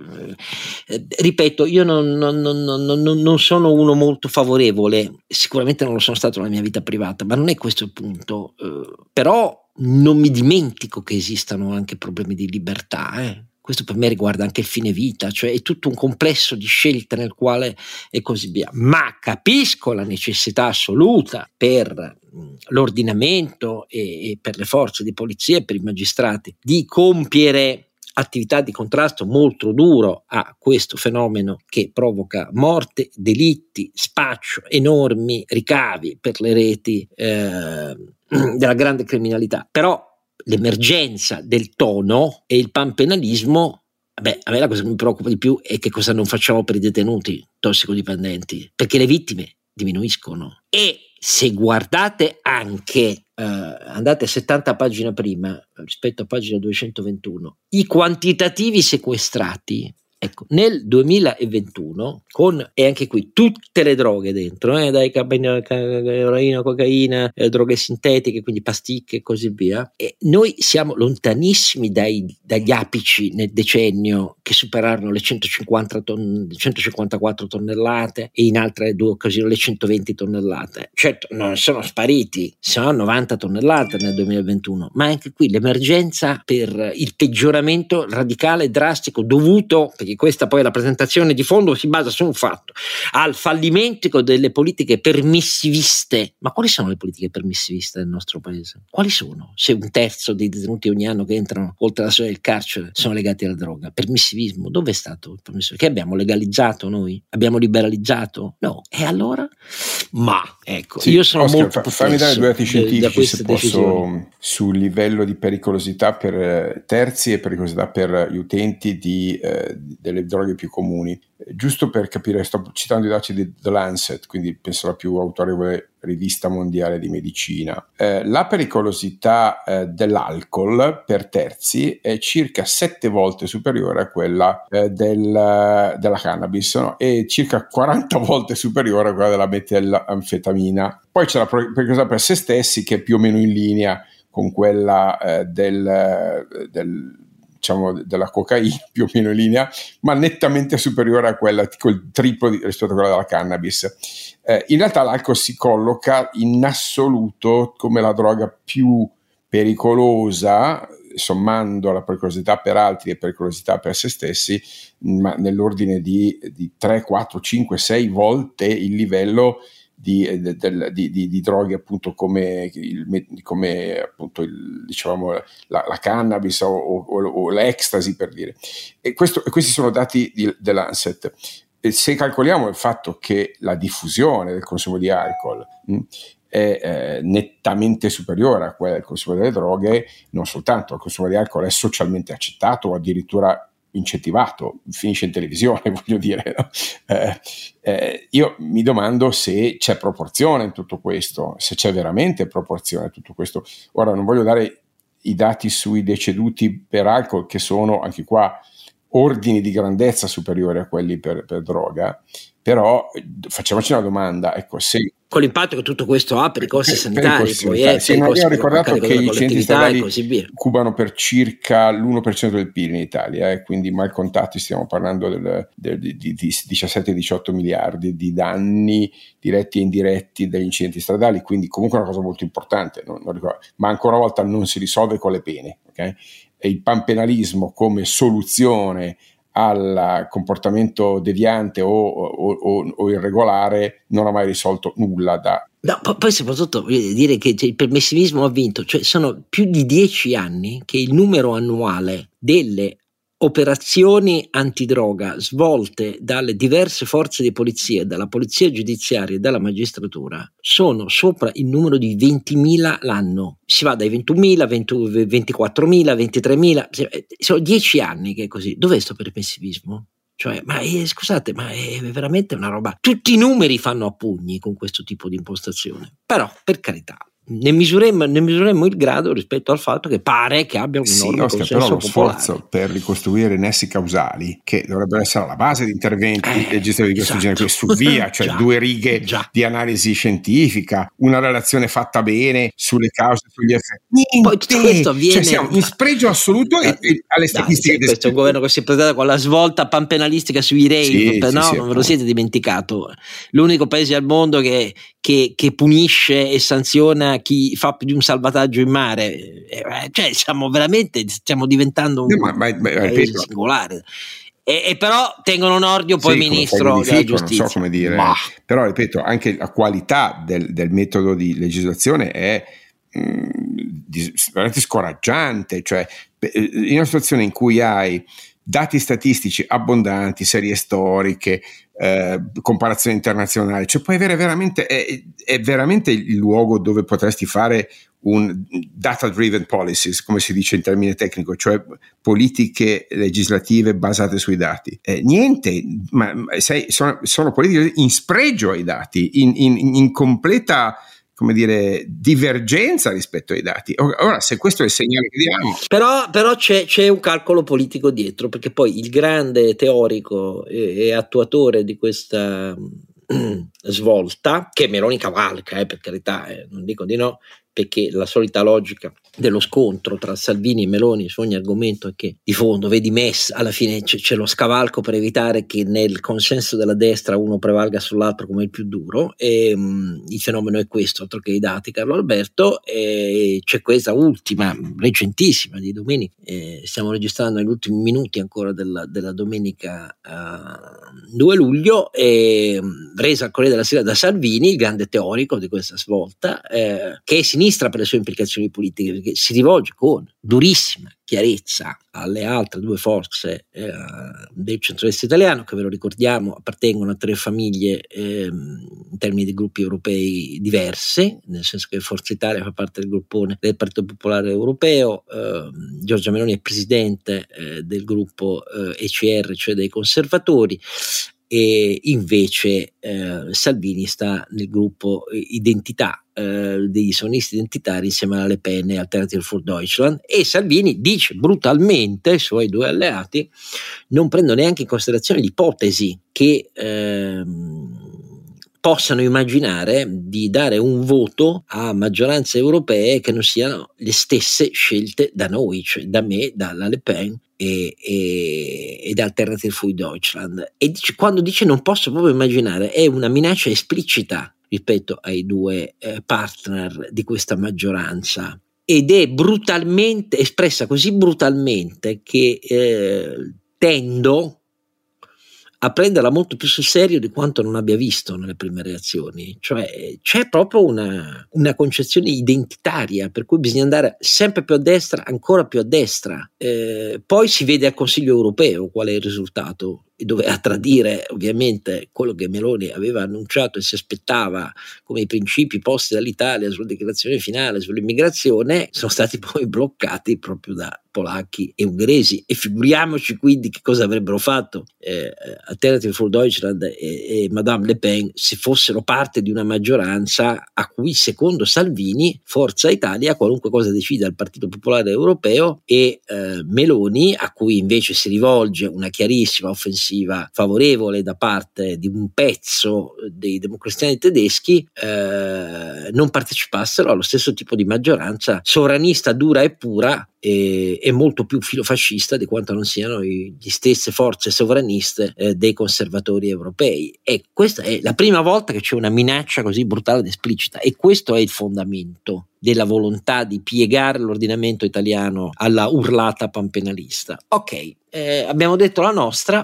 eh, ripeto, io non, non, non, non, non sono uno molto favorevole, sicuramente non lo sono stato nella mia vita privata, ma non è questo il punto. Eh, però non mi dimentico che esistano anche problemi di libertà, eh. Questo per me riguarda anche il fine vita, cioè è tutto un complesso di scelte nel quale e così via. Ma capisco la necessità assoluta per l'ordinamento e, e per le forze di polizia e per i magistrati di compiere attività di contrasto molto duro a questo fenomeno che provoca morte, delitti, spaccio, enormi ricavi per le reti eh, della grande criminalità. Però l'emergenza del tono e il panpenalismo, beh, a me la cosa che mi preoccupa di più è che cosa non facciamo per i detenuti tossicodipendenti, perché le vittime diminuiscono. E se guardate anche, eh, andate a settanta pagine prima rispetto a pagina duecentoventuno, i quantitativi sequestrati, ecco, nel duemilaventuno, con, e anche qui tutte le droghe dentro, eh, dai eroina, cocaina, eh, droghe sintetiche, quindi pasticche e così via, e noi siamo lontanissimi dai, dagli apici nel decennio che superarono le centocinquanta ton, centocinquantaquattro tonnellate e in altre due occasioni le centoventi tonnellate. Certo, non sono spariti, sono novanta tonnellate nel duemilaventuno, ma anche qui l'emergenza per il peggioramento radicale e drastico dovuto, perché questa poi la presentazione di fondo si basa su un fatto, al fallimento delle politiche permissiviste. Ma quali sono le politiche permissiviste del nostro paese? Quali sono? Se un terzo dei detenuti ogni anno che entrano oltre la soglia del carcere sono legati alla droga. Permissivismo, dove è stato il permissivismo? Che abbiamo legalizzato noi? Abbiamo liberalizzato? No. E allora? Ma ecco, sì, io sono Oscar, molto fa, fammi dare due dati scientifici se posso decisioni. Sul livello di pericolosità per terzi e pericolosità per gli utenti di eh, delle droghe più comuni. Giusto per capire, sto citando i dati di The Lancet, quindi penso la più autorevole rivista mondiale di medicina. Eh, la pericolosità eh, dell'alcol per terzi è circa sette volte superiore a quella eh, del, della cannabis, no? E circa quaranta volte superiore a quella della metanfetamina. Poi c'è la pericolosità per se stessi, che è più o meno in linea con quella eh, del, del diciamo della cocaina, più o meno in linea, ma nettamente superiore a quella, col triplo di, rispetto a quella della cannabis. Eh, in realtà l'alcol si colloca in assoluto come la droga più pericolosa, sommando la pericolosità per altri e pericolosità per se stessi, ma nell'ordine di, di tre, quattro, cinque, sei volte il livello Di, di, di, di droghe appunto come, il, come appunto il, diciamo la, la cannabis o, o, o l'ecstasy, per dire. E questo, questi sono dati di, dell'Lancet. E se calcoliamo il fatto che la diffusione del consumo di alcol mh, è eh, nettamente superiore a quella del consumo delle droghe, non soltanto il consumo di alcol è socialmente accettato o addirittura incentivato, finisce in televisione, voglio dire, no? eh, eh, io mi domando se c'è proporzione in tutto questo, se c'è veramente proporzione in tutto questo. Ora non voglio dare i dati sui deceduti per alcol, che sono anche qua ordini di grandezza superiori a quelli per, per droga, però facciamoci una domanda, ecco, se con l'impatto che tutto questo ha per i costi sanitari, i poi è sì, per no, i costi io ho ricordato che i centri stradali così via. cubano per circa l'uno per cento del P I L in Italia, eh, quindi mal contati stiamo parlando del, del, di, di diciassette diciotto miliardi di danni diretti e indiretti dagli incidenti stradali, quindi comunque una cosa molto importante, non, non ricordo, ma ancora una volta non si risolve con le pene, okay? E il panpenalismo come soluzione al comportamento deviante o, o, o, o irregolare non ha mai risolto nulla. Da no, poi soprattutto voglio dire che il permissivismo ha vinto, cioè sono più di dieci anni che il numero annuale delle operazioni antidroga svolte dalle diverse forze di polizia, dalla polizia giudiziaria e dalla magistratura sono sopra il numero di ventimila l'anno. Si va dai ventunomila, ventiquattromila, ventitremila, sono dieci anni che è così. Dov'è sto permissivismo? Cioè, ma eh, scusate, ma è veramente una roba. Tutti i numeri fanno a pugni con questo tipo di impostazione. Però, per carità, ne misuremmo, ne misuremmo il grado rispetto al fatto che pare che abbia un enorme sì, Oscar, consenso però lo popolare. sforzo per ricostruire nessi causali, che dovrebbero essere alla base di interventi eh, legislativi di questo esatto. genere, su via, cioè Già, due righe già. di analisi scientifica, una relazione fatta bene sulle cause e sugli effetti. Niente. Poi tutto questo avviene, cioè siamo in spregio assoluto da, e, alle statistiche. Dai, sì, questo è un governo che si è presentato con la svolta panpenalistica sui rave, sì, per, sì, no, sì, non ve lo siete dimenticato. L'unico paese al mondo che, che, che punisce e sanziona chi fa più di un salvataggio in mare, eh, cioè siamo veramente stiamo diventando un, no, ma, ma, ma, un paese ripeto, singolare. E, e però tengono Nordio poi sì, ministro di della fico, giustizia. Non so come dire, bah. Però ripeto, anche la qualità del, del metodo di legislazione è mh, veramente scoraggiante. Cioè, in una situazione in cui hai dati statistici abbondanti, serie storiche, eh, comparazioni internazionali, cioè puoi avere veramente, è, è veramente il luogo dove potresti fare un data driven policies, come si dice in termine tecnico, cioè politiche legislative basate sui dati. Eh, niente, ma, ma sei, sono, sono politiche in spregio ai dati, in, in, in completa, come dire, divergenza rispetto ai dati. Ora, se questo è il segnale che diamo. Però, però c'è, c'è un calcolo politico dietro, perché poi il grande teorico e, e attuatore di questa svolta, che Meloni cavalca, eh, per carità, eh, non dico di no, perché la solita logica dello scontro tra Salvini e Meloni su ogni argomento è che di fondo vedi Mess, alla fine c'è, c'è lo scavalco per evitare che nel consenso della destra uno prevalga sull'altro come il più duro, e mh, il fenomeno è questo, altro che i dati, Carlo Alberto. E c'è questa ultima, recentissima di domenica, eh, stiamo registrando negli ultimi minuti ancora della, della domenica uh, due luglio, e, mh, resa al Corriere della Sera da Salvini, il grande teorico di questa svolta, eh, che è sinistra per le sue implicazioni politiche, perché si rivolge con durissima chiarezza alle altre due forze eh, del centrodestra italiano, che ve lo ricordiamo appartengono a tre famiglie eh, in termini di gruppi europei diverse, nel senso che Forza Italia fa parte del gruppone del Partito Popolare Europeo, eh, Giorgia Meloni è presidente eh, del gruppo eh, E C R, cioè dei conservatori, e invece eh, Salvini sta nel gruppo Identità eh, degli sovrannisti identitari insieme alla Le Pen e Alternative für Deutschland, e Salvini dice brutalmente ai suoi due alleati non prendo neanche in considerazione l'ipotesi che ehm, possano immaginare di dare un voto a maggioranze europee che non siano le stesse scelte da noi, cioè da me, dalla Le Pen e, e, ed Alternative für Deutschland. E dice, quando dice non posso proprio immaginare, è una minaccia esplicita rispetto ai due eh, partner di questa maggioranza, ed è brutalmente espressa così brutalmente che eh, tendo a prenderla molto più sul serio di quanto non abbia visto nelle prime reazioni. Cioè c'è proprio una, una concezione identitaria per cui bisogna andare sempre più a destra, ancora più a destra. Eh, poi si vede al Consiglio europeo qual è il risultato, dove a tradire ovviamente quello che Meloni aveva annunciato e si aspettava come i principi posti dall'Italia sulla dichiarazione finale sull'immigrazione sono stati poi bloccati proprio da polacchi e ungheresi, e figuriamoci quindi che cosa avrebbero fatto eh, Alternative für Deutschland e, e Madame Le Pen se fossero parte di una maggioranza a cui secondo Salvini Forza Italia, qualunque cosa decida il Partito Popolare Europeo, e eh, Meloni, a cui invece si rivolge una chiarissima offensiva favorevole da parte di un pezzo dei democristiani tedeschi, eh, non partecipassero allo stesso tipo di maggioranza sovranista dura e pura e, e molto più filofascista di quanto non siano i, le stesse forze sovraniste eh, dei conservatori europei. E questa è la prima volta che c'è una minaccia così brutale ed esplicita, e questo è il fondamento della volontà di piegare l'ordinamento italiano alla urlata panpenalista. Ok, eh, abbiamo detto la nostra.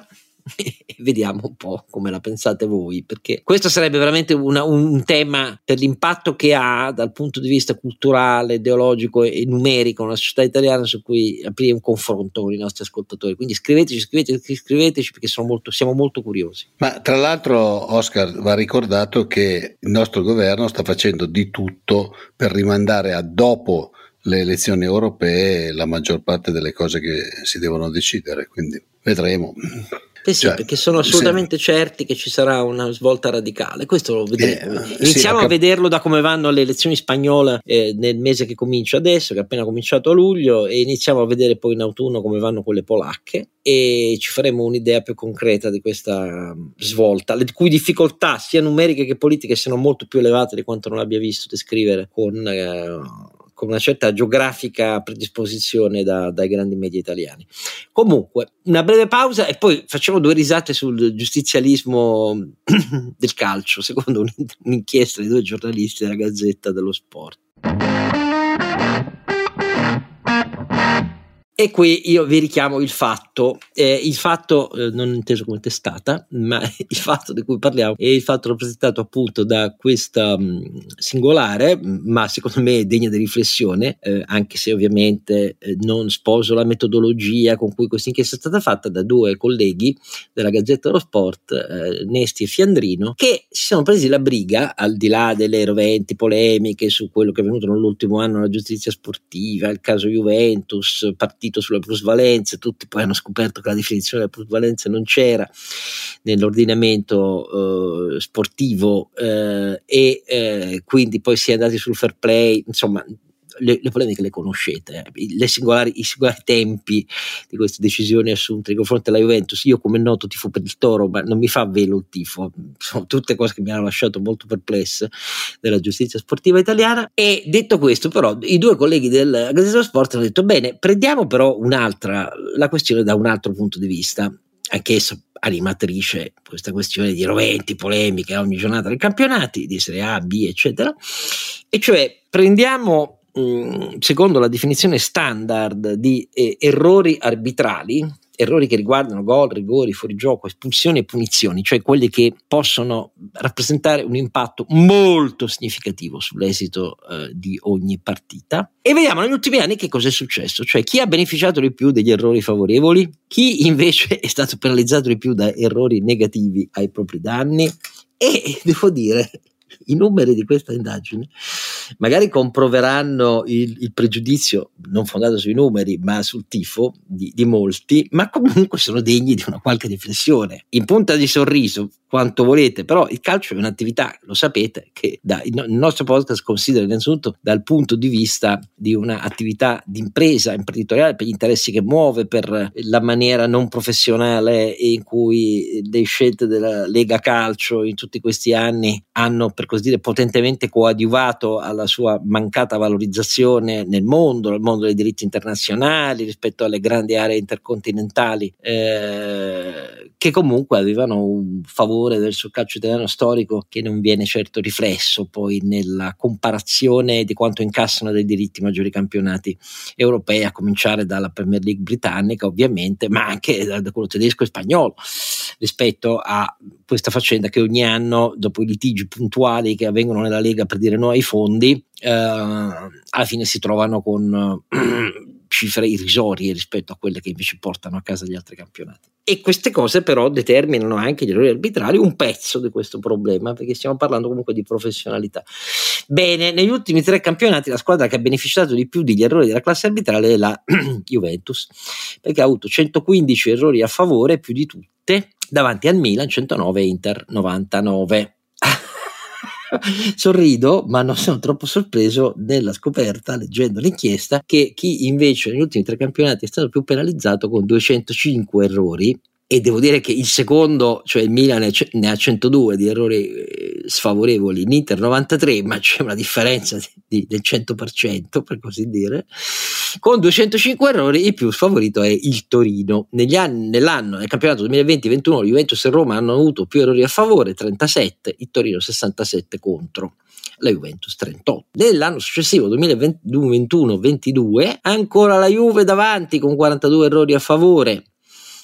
e vediamo un po' come la pensate voi, perché questo sarebbe veramente una, un tema per l'impatto che ha dal punto di vista culturale, ideologico e numerico nella società italiana, su cui aprire un confronto con i nostri ascoltatori. Quindi scriveteci, scriveteci, scriveteci, perché sono molto, siamo molto curiosi. Ma tra l'altro, Oscar, va ricordato che il nostro governo sta facendo di tutto per rimandare a dopo le elezioni europee la maggior parte delle cose che si devono decidere, quindi vedremo. Eh sì, cioè, perché sono assolutamente sì. certi che ci sarà una svolta radicale. Questo lo vedremo. Eh, Iniziamo sì, a cap- vederlo da come vanno le elezioni spagnole eh, nel mese che comincia adesso, che è appena cominciato a luglio, e iniziamo a vedere poi in autunno come vanno quelle polacche, e ci faremo un'idea più concreta di questa svolta, le cui difficoltà sia numeriche che politiche siano molto più elevate di quanto non abbia visto descrivere con eh, con una certa geografica predisposizione da, dai grandi media italiani. Comunque, una breve pausa e poi facciamo due risate sul giustizialismo del calcio, secondo un'inchiesta di due giornalisti della Gazzetta dello Sport. E qui io vi richiamo il fatto, eh, il fatto eh, non inteso come testata, ma il fatto di cui parliamo è il fatto rappresentato appunto da questa mh, singolare, ma secondo me degna di riflessione, eh, anche se ovviamente eh, non sposo la metodologia con cui questa inchiesta è stata fatta, da due colleghi della Gazzetta dello Sport, eh, Nesti e Fiandrino, che si sono presi la briga, al di là delle roventi polemiche su quello che è venuto nell'ultimo anno la giustizia sportiva, il caso Juventus, partito sulle plusvalenze. Tutti poi hanno scoperto che la definizione delle plusvalenze non c'era nell'ordinamento eh, sportivo eh, e eh, quindi poi si è andati sul fair play. Insomma, le, le polemiche le conoscete, eh. le singolari, i singolari tempi di queste decisioni assunte nei confronti della Juventus. Io, come noto, tifo per il Toro, ma non mi fa velo il tifo, sono tutte cose che mi hanno lasciato molto perplesse della giustizia sportiva italiana. E detto questo, però, i due colleghi del Gazzetta dello Sport hanno detto: bene, prendiamo però un'altra, la questione da un altro punto di vista, anch'esso animatrice, questa questione di roventi, polemiche a ogni giornata dei campionati di Serie A, B, eccetera, e cioè prendiamo, secondo la definizione standard di eh, errori arbitrali, errori che riguardano gol, rigori, fuorigioco, espulsioni e punizioni, cioè quelli che possono rappresentare un impatto molto significativo sull'esito eh, di ogni partita, e vediamo negli ultimi anni che cosa è successo, cioè chi ha beneficiato di più degli errori favorevoli, chi invece è stato penalizzato di più da errori negativi ai propri danni. E devo dire, i numeri di questa indagine magari comproveranno il, il pregiudizio non fondato sui numeri ma sul tifo di, di molti, ma comunque sono degni di una qualche riflessione. In punta di sorriso quanto volete, però il calcio è un'attività, lo sapete, che da, il nostro podcast considera innanzitutto dal punto di vista di un'attività di impresa imprenditoriale, per gli interessi che muove, per la maniera non professionale in cui le scelte della Lega Calcio in tutti questi anni hanno, per così dire, potentemente coadiuvato alla sua mancata valorizzazione nel mondo, nel mondo dei diritti internazionali rispetto alle grandi aree intercontinentali, eh, che comunque avevano un favore verso il calcio italiano storico che non viene certo riflesso poi nella comparazione di quanto incassano dei diritti maggiori campionati europei, a cominciare dalla Premier League britannica ovviamente, ma anche da, da quello tedesco e spagnolo, rispetto a questa faccenda che ogni anno, dopo i litigi puntuali che avvengono nella Lega per dire no ai fondi, eh, alla fine si trovano con eh, cifre irrisorie rispetto a quelle che invece portano a casa gli altri campionati. E queste cose però determinano anche gli errori arbitrali, un pezzo di questo problema, perché stiamo parlando comunque di professionalità. Bene, negli ultimi tre campionati la squadra che ha beneficiato di più degli errori della classe arbitrale è la Juventus, perché ha avuto centoquindici errori a favore, più di tutte, davanti al Milan centonove e Inter novantanove. Sorrido, ma non sono troppo sorpreso nella scoperta, leggendo l'inchiesta, che chi invece negli ultimi tre campionati è stato più penalizzato con duecentocinque errori, e devo dire che il secondo, cioè il Milan, ne ha centodue di errori sfavorevoli, l'Inter novantatré, ma c'è una differenza di, di, del cento per cento, per così dire. Con duecentocinque errori il più sfavorito è il Torino. Negli anni, nell'anno, nel campionato duemilaventi ventuno, Juventus e Roma hanno avuto più errori a favore, trentasette, il Torino sessantasette contro, la Juventus trentotto. Nell'anno successivo, duemilaventuno ventidue, ancora la Juve davanti con quarantadue errori a favore,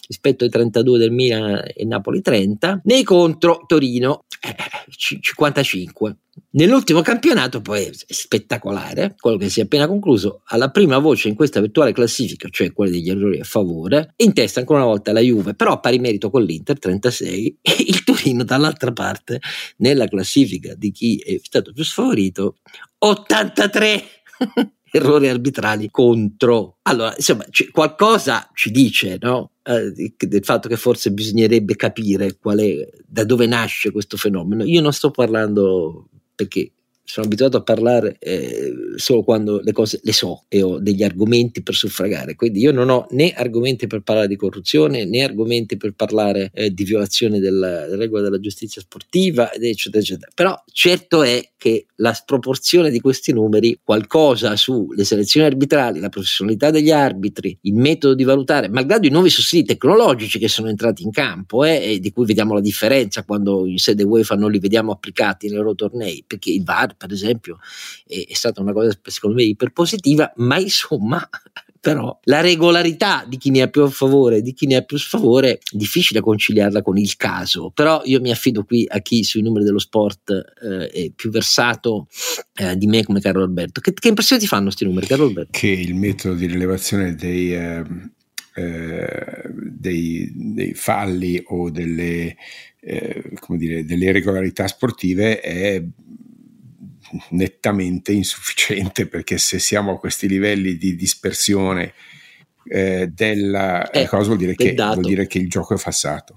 rispetto ai trentadue del Milan e Napoli trenta, nei contro Torino eh, cinquantacinque. Nell'ultimo campionato poi è spettacolare quello che si è appena concluso, alla prima voce in questa virtuale classifica, cioè quella degli errori a favore, in testa ancora una volta la Juve, però a pari merito con l'Inter trentasei, e il Torino dall'altra parte nella classifica di chi è stato più sfavorito ottantatré errori arbitrali contro. Allora, insomma, c- qualcosa ci dice, no? Eh, del fatto che forse bisognerebbe capire qual è, da dove nasce questo fenomeno. Io non sto parlando perché sono abituato a parlare eh, solo quando le cose le so e ho degli argomenti per suffragare, quindi io non ho né argomenti per parlare di corruzione né argomenti per parlare eh, di violazione della, della regola della giustizia sportiva eccetera eccetera, però certo è che la sproporzione di questi numeri qualcosa sulle selezioni arbitrali, la professionalità degli arbitri, il metodo di valutare, malgrado i nuovi sussidi tecnologici che sono entrati in campo eh, e di cui vediamo la differenza quando in sede UEFA non li vediamo applicati nei loro tornei, perché il V A R per esempio è, è stata una cosa secondo me iperpositiva, ma insomma però la regolarità di chi ne ha più a favore e di chi ne ha più sfavore è difficile conciliarla con il caso. Però io mi affido qui a chi sui numeri dello sport eh, è più versato eh, di me come Carlo Alberto. Che, che impressione ti fanno questi numeri, Carlo Alberto? Che il metodo di rilevazione dei, eh, eh, dei, dei falli o delle, eh, come dire, delle irregolarità sportive è nettamente insufficiente, perché se siamo a questi livelli di dispersione eh, della eh, cosa vuol dire, che, vuol dire che il gioco è falsato.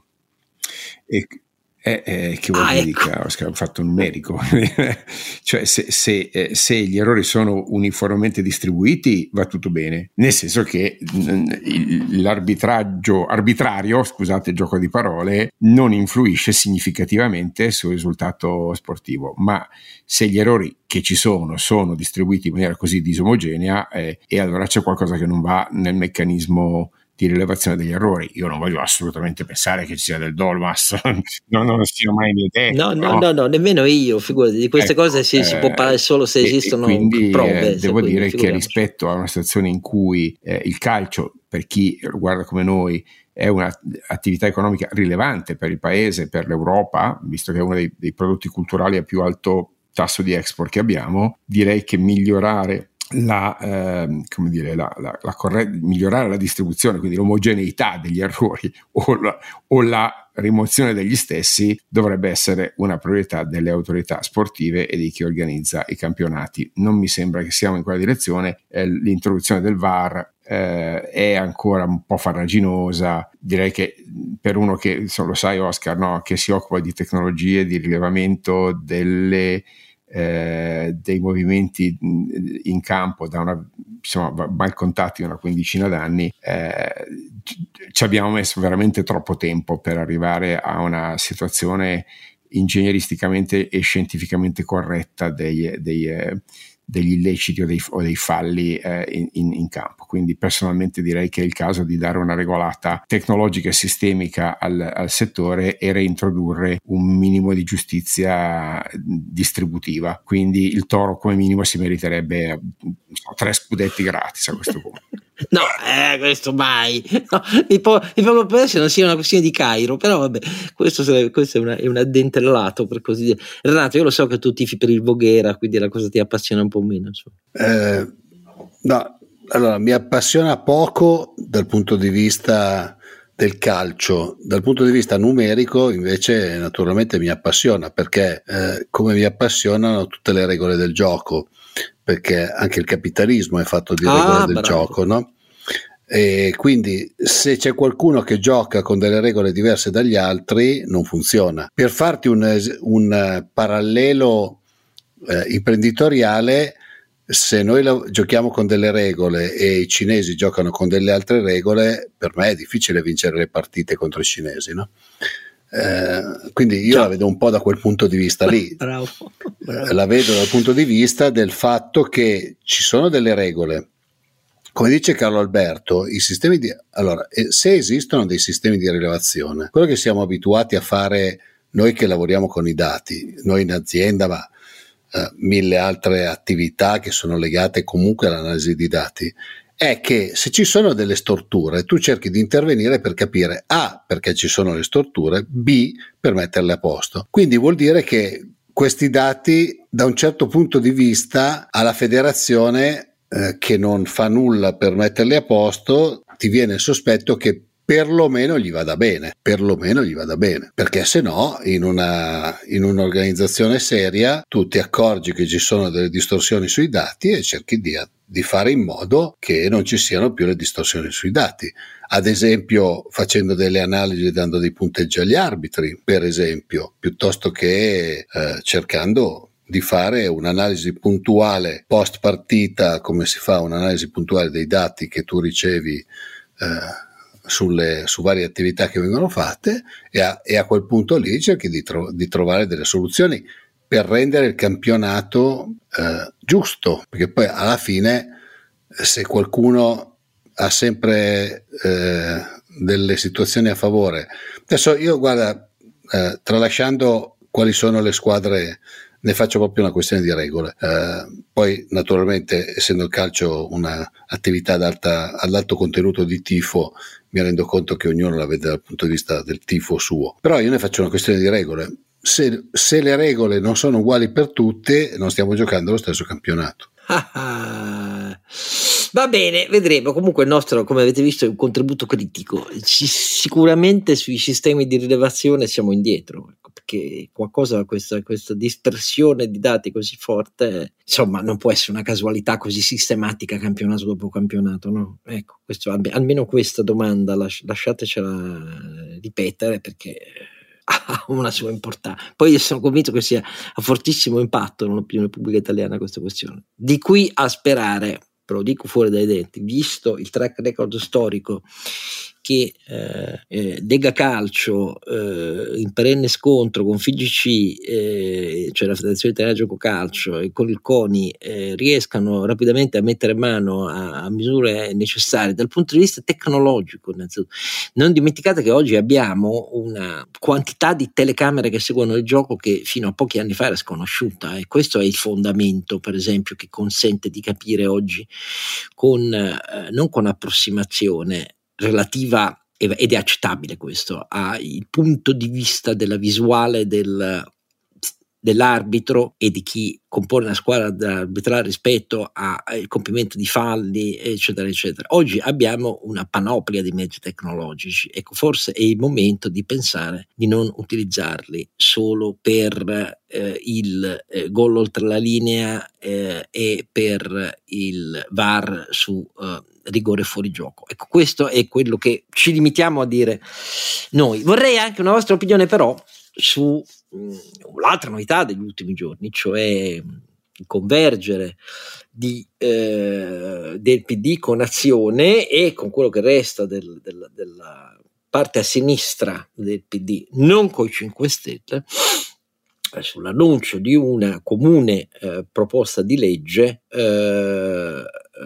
E, eh, eh, che vuol ah, dire ecco. che ho, ho fatto un numerico cioè se, se, eh, se gli errori sono uniformemente distribuiti va tutto bene, nel senso che mh, l'arbitraggio arbitrario, scusate il gioco di parole, non influisce significativamente sul risultato sportivo, ma se gli errori che ci sono sono distribuiti in maniera così disomogenea eh, e allora c'è qualcosa che non va nel meccanismo di rilevazione degli errori. Io non voglio assolutamente pensare che ci sia del dolmas, no, non sia mai mie idee. No, no, no, no, no, nemmeno io, figurati, di queste ecco, cose si, eh, si può parlare solo se esistono quindi, prove. Eh, devo quindi, dire che rispetto a una situazione in cui eh, il calcio, per chi lo guarda come noi, è un'attività economica rilevante per il paese, per l'Europa, visto che è uno dei, dei prodotti culturali a più alto tasso di export che abbiamo, direi che migliorare la, eh, come dire, la, la, la corretta, migliorare la distribuzione, quindi l'omogeneità degli errori o la, o la rimozione degli stessi dovrebbe essere una priorità delle autorità sportive e di chi organizza i campionati. Non mi sembra che siamo in quella direzione. Eh, l'introduzione del V A R eh, è ancora un po' farraginosa. Direi che per uno che, lo sai Oscar, no, che si occupa di tecnologie di rilevamento delle Eh, dei movimenti in campo da una, insomma, mal contati una quindicina d'anni, eh, ci abbiamo messo veramente troppo tempo per arrivare a una situazione ingegneristicamente e scientificamente corretta dei, dei, eh, degli illeciti o dei, o dei falli eh, in, in campo. Quindi personalmente direi che è il caso di dare una regolata tecnologica e sistemica al, al settore e reintrodurre un minimo di giustizia distributiva. Quindi il Toro come minimo si meriterebbe so, tre scudetti gratis a questo punto. No, eh, questo mai. No, mi può, mi può essere non sia una questione di Cairo, però vabbè, questo, questo è, una, è un addentellato per così dire. Renato, io lo so che tu tifi per il Voghera, quindi la cosa ti appassiona un po' meno. Eh, no, allora mi appassiona poco dal punto di vista del calcio, dal punto di vista numerico invece naturalmente mi appassiona, perché eh, come mi appassionano tutte le regole del gioco, perché anche il capitalismo è fatto di regole ah, del bravo. gioco, no? E quindi se c'è qualcuno che gioca con delle regole diverse dagli altri non funziona. Per farti un, un parallelo eh, imprenditoriale, se noi lo, giochiamo con delle regole e i cinesi giocano con delle altre regole, per me è difficile vincere le partite contro i cinesi, no? Eh, quindi io Ciao. la vedo un po' da quel punto di vista lì. Bravo, bravo. La vedo dal punto di vista del fatto che ci sono delle regole, come dice Carlo Alberto, i sistemi di allora se esistono dei sistemi di rilevazione, quello che siamo abituati a fare noi che lavoriamo con i dati, noi in azienda, ma eh, mille altre attività che sono legate comunque all'analisi di dati, è che se ci sono delle storture tu cerchi di intervenire per capire A, perché ci sono le storture, B, per metterle a posto. Quindi vuol dire che questi dati, da un certo punto di vista, alla federazione eh, che non fa nulla per metterli a posto, ti viene il sospetto che perlomeno gli vada bene, perlomeno gli vada bene, perché se no in una in un'organizzazione seria tu ti accorgi che ci sono delle distorsioni sui dati e cerchi di, di fare in modo che non ci siano più le distorsioni sui dati, ad esempio facendo delle analisi, dando dei punteggi agli arbitri, per esempio, piuttosto che eh, cercando di fare un'analisi puntuale post partita, come si fa un'analisi puntuale dei dati che tu ricevi eh, Sulle, su varie attività che vengono fatte, e a, e a quel punto lì cerchi di, tro- di trovare delle soluzioni per rendere il campionato eh, giusto, perché poi alla fine se qualcuno ha sempre eh, delle situazioni a favore, adesso io guarda eh, tralasciando quali sono le squadre, ne faccio proprio una questione di regole. Eh, poi naturalmente, essendo il calcio una attività ad, alta, ad alto contenuto di tifo, mi rendo conto che ognuno la vede dal punto di vista del tifo suo, però io ne faccio una questione di regole. Se, se le regole non sono uguali per tutti, non stiamo giocando lo stesso campionato. Va bene, vedremo. Comunque il nostro, come avete visto, è un contributo critico. Ci, sicuramente sui sistemi di rilevazione siamo indietro, perché qualcosa, questa, questa dispersione di dati così forte, insomma, non può essere una casualità così sistematica campionato dopo campionato, no? Ecco, questo, almeno questa domanda las- lasciatecela ripetere, perché ha una sua importanza. Poi io sono convinto che sia a fortissimo impatto nell'opinione pubblica italiana questa questione. Di qui a sperare, però dico fuori dai denti, visto il track record storico che eh, eh, Lega Calcio eh, in perenne scontro con F I G C, eh, cioè la Federazione Italiana Gioco Calcio, e con il CONI eh, riescano rapidamente a mettere mano a, a misure necessarie dal punto di vista tecnologico. Innanzitutto, non dimenticate che oggi abbiamo una quantità di telecamere che seguono il gioco che fino a pochi anni fa era sconosciuta, e questo è il fondamento, per esempio, che consente di capire oggi con eh, non con approssimazione relativa, ed è accettabile questo, al punto di vista della visuale del, dell'arbitro e di chi compone la squadra da arbitrare rispetto al compimento di falli, eccetera eccetera. Oggi abbiamo una panoplia di mezzi tecnologici, ecco, forse è il momento di pensare di non utilizzarli solo per eh, il eh, gol oltre la linea eh, e per il V A R su eh, rigore fuori gioco. Ecco, questo è quello che ci limitiamo a dire noi. Vorrei anche una vostra opinione però su mh, l'altra novità degli ultimi giorni, cioè il convergere di, eh, del P D con Azione e con quello che resta del, del, della parte a sinistra del P D, non coi cinque Stelle, sull'annuncio di una comune eh, proposta di legge eh, eh,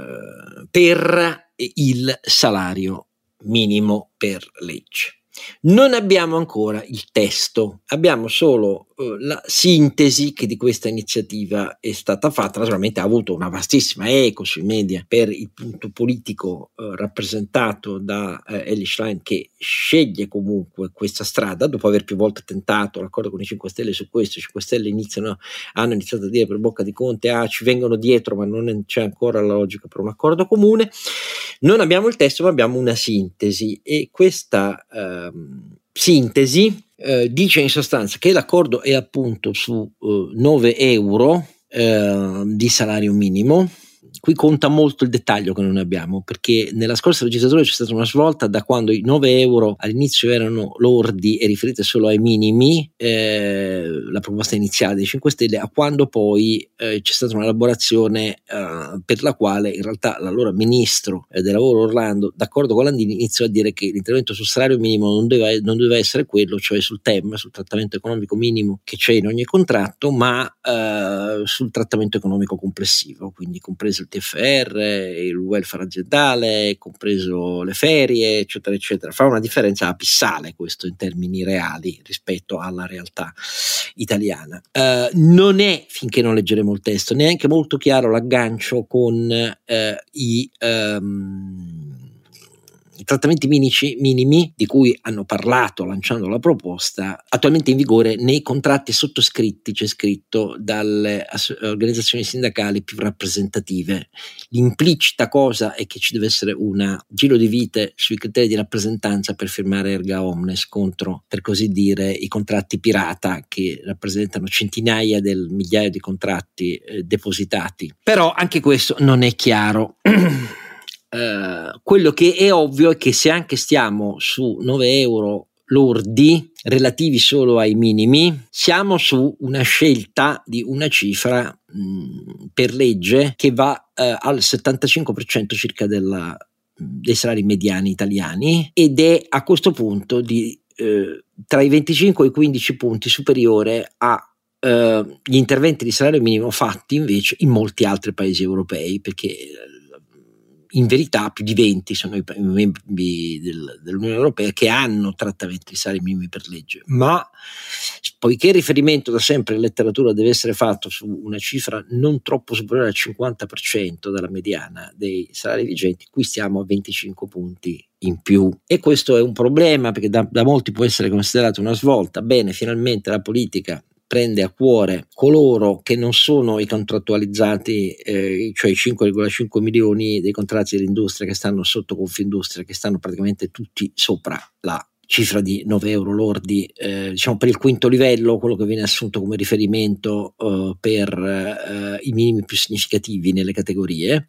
per il salario minimo per legge. Non abbiamo ancora il testo, abbiamo solo eh, la sintesi che di questa iniziativa è stata fatta. Naturalmente ha avuto una vastissima eco sui media per il punto politico eh, rappresentato da eh, Elly Schlein, che sceglie comunque questa strada dopo aver più volte tentato l'accordo con i cinque Stelle su questo. I cinque Stelle iniziano, hanno iniziato a dire per bocca di Conte: ah, ci vengono dietro, ma non c'è ancora la logica per un accordo comune. Non abbiamo il testo, ma abbiamo una sintesi, e questa ehm, sintesi eh, dice in sostanza che l'accordo è appunto su eh, nove euro eh, di salario minimo. Qui conta molto il dettaglio che non abbiamo, perché nella scorsa legislatura c'è stata una svolta da quando i nove euro all'inizio erano lordi e riferite solo ai minimi, eh, la proposta iniziale dei cinque Stelle, a quando poi eh, c'è stata un'elaborazione eh, per la quale in realtà l'allora ministro eh, del lavoro Orlando, d'accordo con Landini, iniziò a dire che l'intervento sul salario minimo non doveva, non doveva essere quello, cioè sul T E M, sul trattamento economico minimo che c'è in ogni contratto, ma eh, sul trattamento economico complessivo, quindi compresa compreso il T F R, il welfare aziendale, compreso le ferie, eccetera, eccetera. Fa una differenza abissale questo in termini reali rispetto alla realtà italiana. Uh, non è, finché non leggeremo il testo, neanche molto chiaro l'aggancio con uh, i... Um, I trattamenti minici, minimi di cui hanno parlato lanciando la proposta, attualmente in vigore nei contratti sottoscritti, c'è scritto, dalle organizzazioni sindacali più rappresentative. L'implicita cosa è che ci deve essere un giro di vite sui criteri di rappresentanza per firmare erga omnes contro, per così dire, i contratti pirata che rappresentano centinaia del migliaio di contratti eh, depositati. Però anche questo non è chiaro. Uh, quello che è ovvio è che se anche stiamo su nove euro lordi relativi solo ai minimi, siamo su una scelta di una cifra mh, per legge che va uh, al settantacinque per cento circa della, dei salari mediani italiani, ed è a questo punto di uh, tra i venticinque e i quindici punti superiore a uh, gli interventi di salario minimo fatti invece in molti altri paesi europei, perché in verità più di venti sono i membri del, dell'Unione Europea che hanno trattamenti di salari minimi per legge, ma poiché il riferimento da sempre in letteratura deve essere fatto su una cifra non troppo superiore al cinquanta per cento della mediana dei salari vigenti, qui stiamo a venticinque punti in più, e questo è un problema perché da, da molti può essere considerato una svolta. Bene, finalmente la politica prende a cuore coloro che non sono i contrattualizzati, eh, cioè i cinque virgola cinque milioni dei contratti dell'industria che stanno sotto Confindustria, che stanno praticamente tutti sopra la cifra di nove euro lordi, eh, diciamo per il quinto livello, quello che viene assunto come riferimento eh, per eh, i minimi più significativi nelle categorie.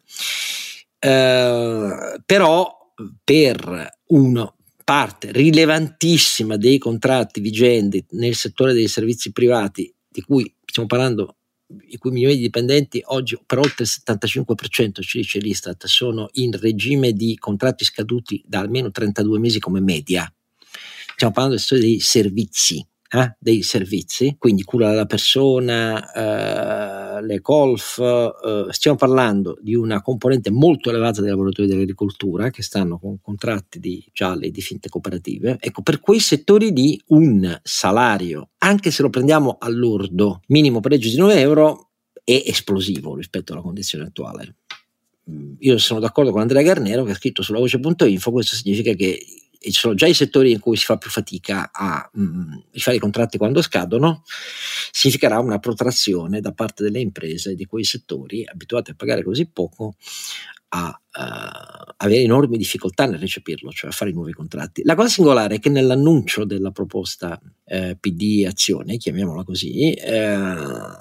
Eh, però per uno parte rilevantissima dei contratti vigenti nel settore dei servizi privati, di cui stiamo parlando, i cui milioni di dipendenti oggi per oltre il settantacinque per cento, ci dice l'Istat, sono in regime di contratti scaduti da almeno trentadue mesi come media. Stiamo parlando del settore dei servizi, eh? dei servizi, quindi cura della persona, eh, le colf, eh, stiamo parlando di una componente molto elevata dei lavoratori dell'agricoltura che stanno con contratti di gialle e di finte cooperative. Ecco, per quei settori di un salario, anche se lo prendiamo all'ordo, minimo per legge di nove euro, è esplosivo rispetto alla condizione attuale. Io sono d'accordo con Andrea Garnero che ha scritto sulla voce punto info, questo significa che e ci sono già i settori in cui si fa più fatica a mh, rifare i contratti quando scadono, significherà una protrazione da parte delle imprese di quei settori abituati a pagare così poco a uh, avere enormi difficoltà nel recepirlo, cioè a fare i nuovi contratti. La cosa singolare è che nell'annuncio della proposta eh, P D Azione, chiamiamola così, eh,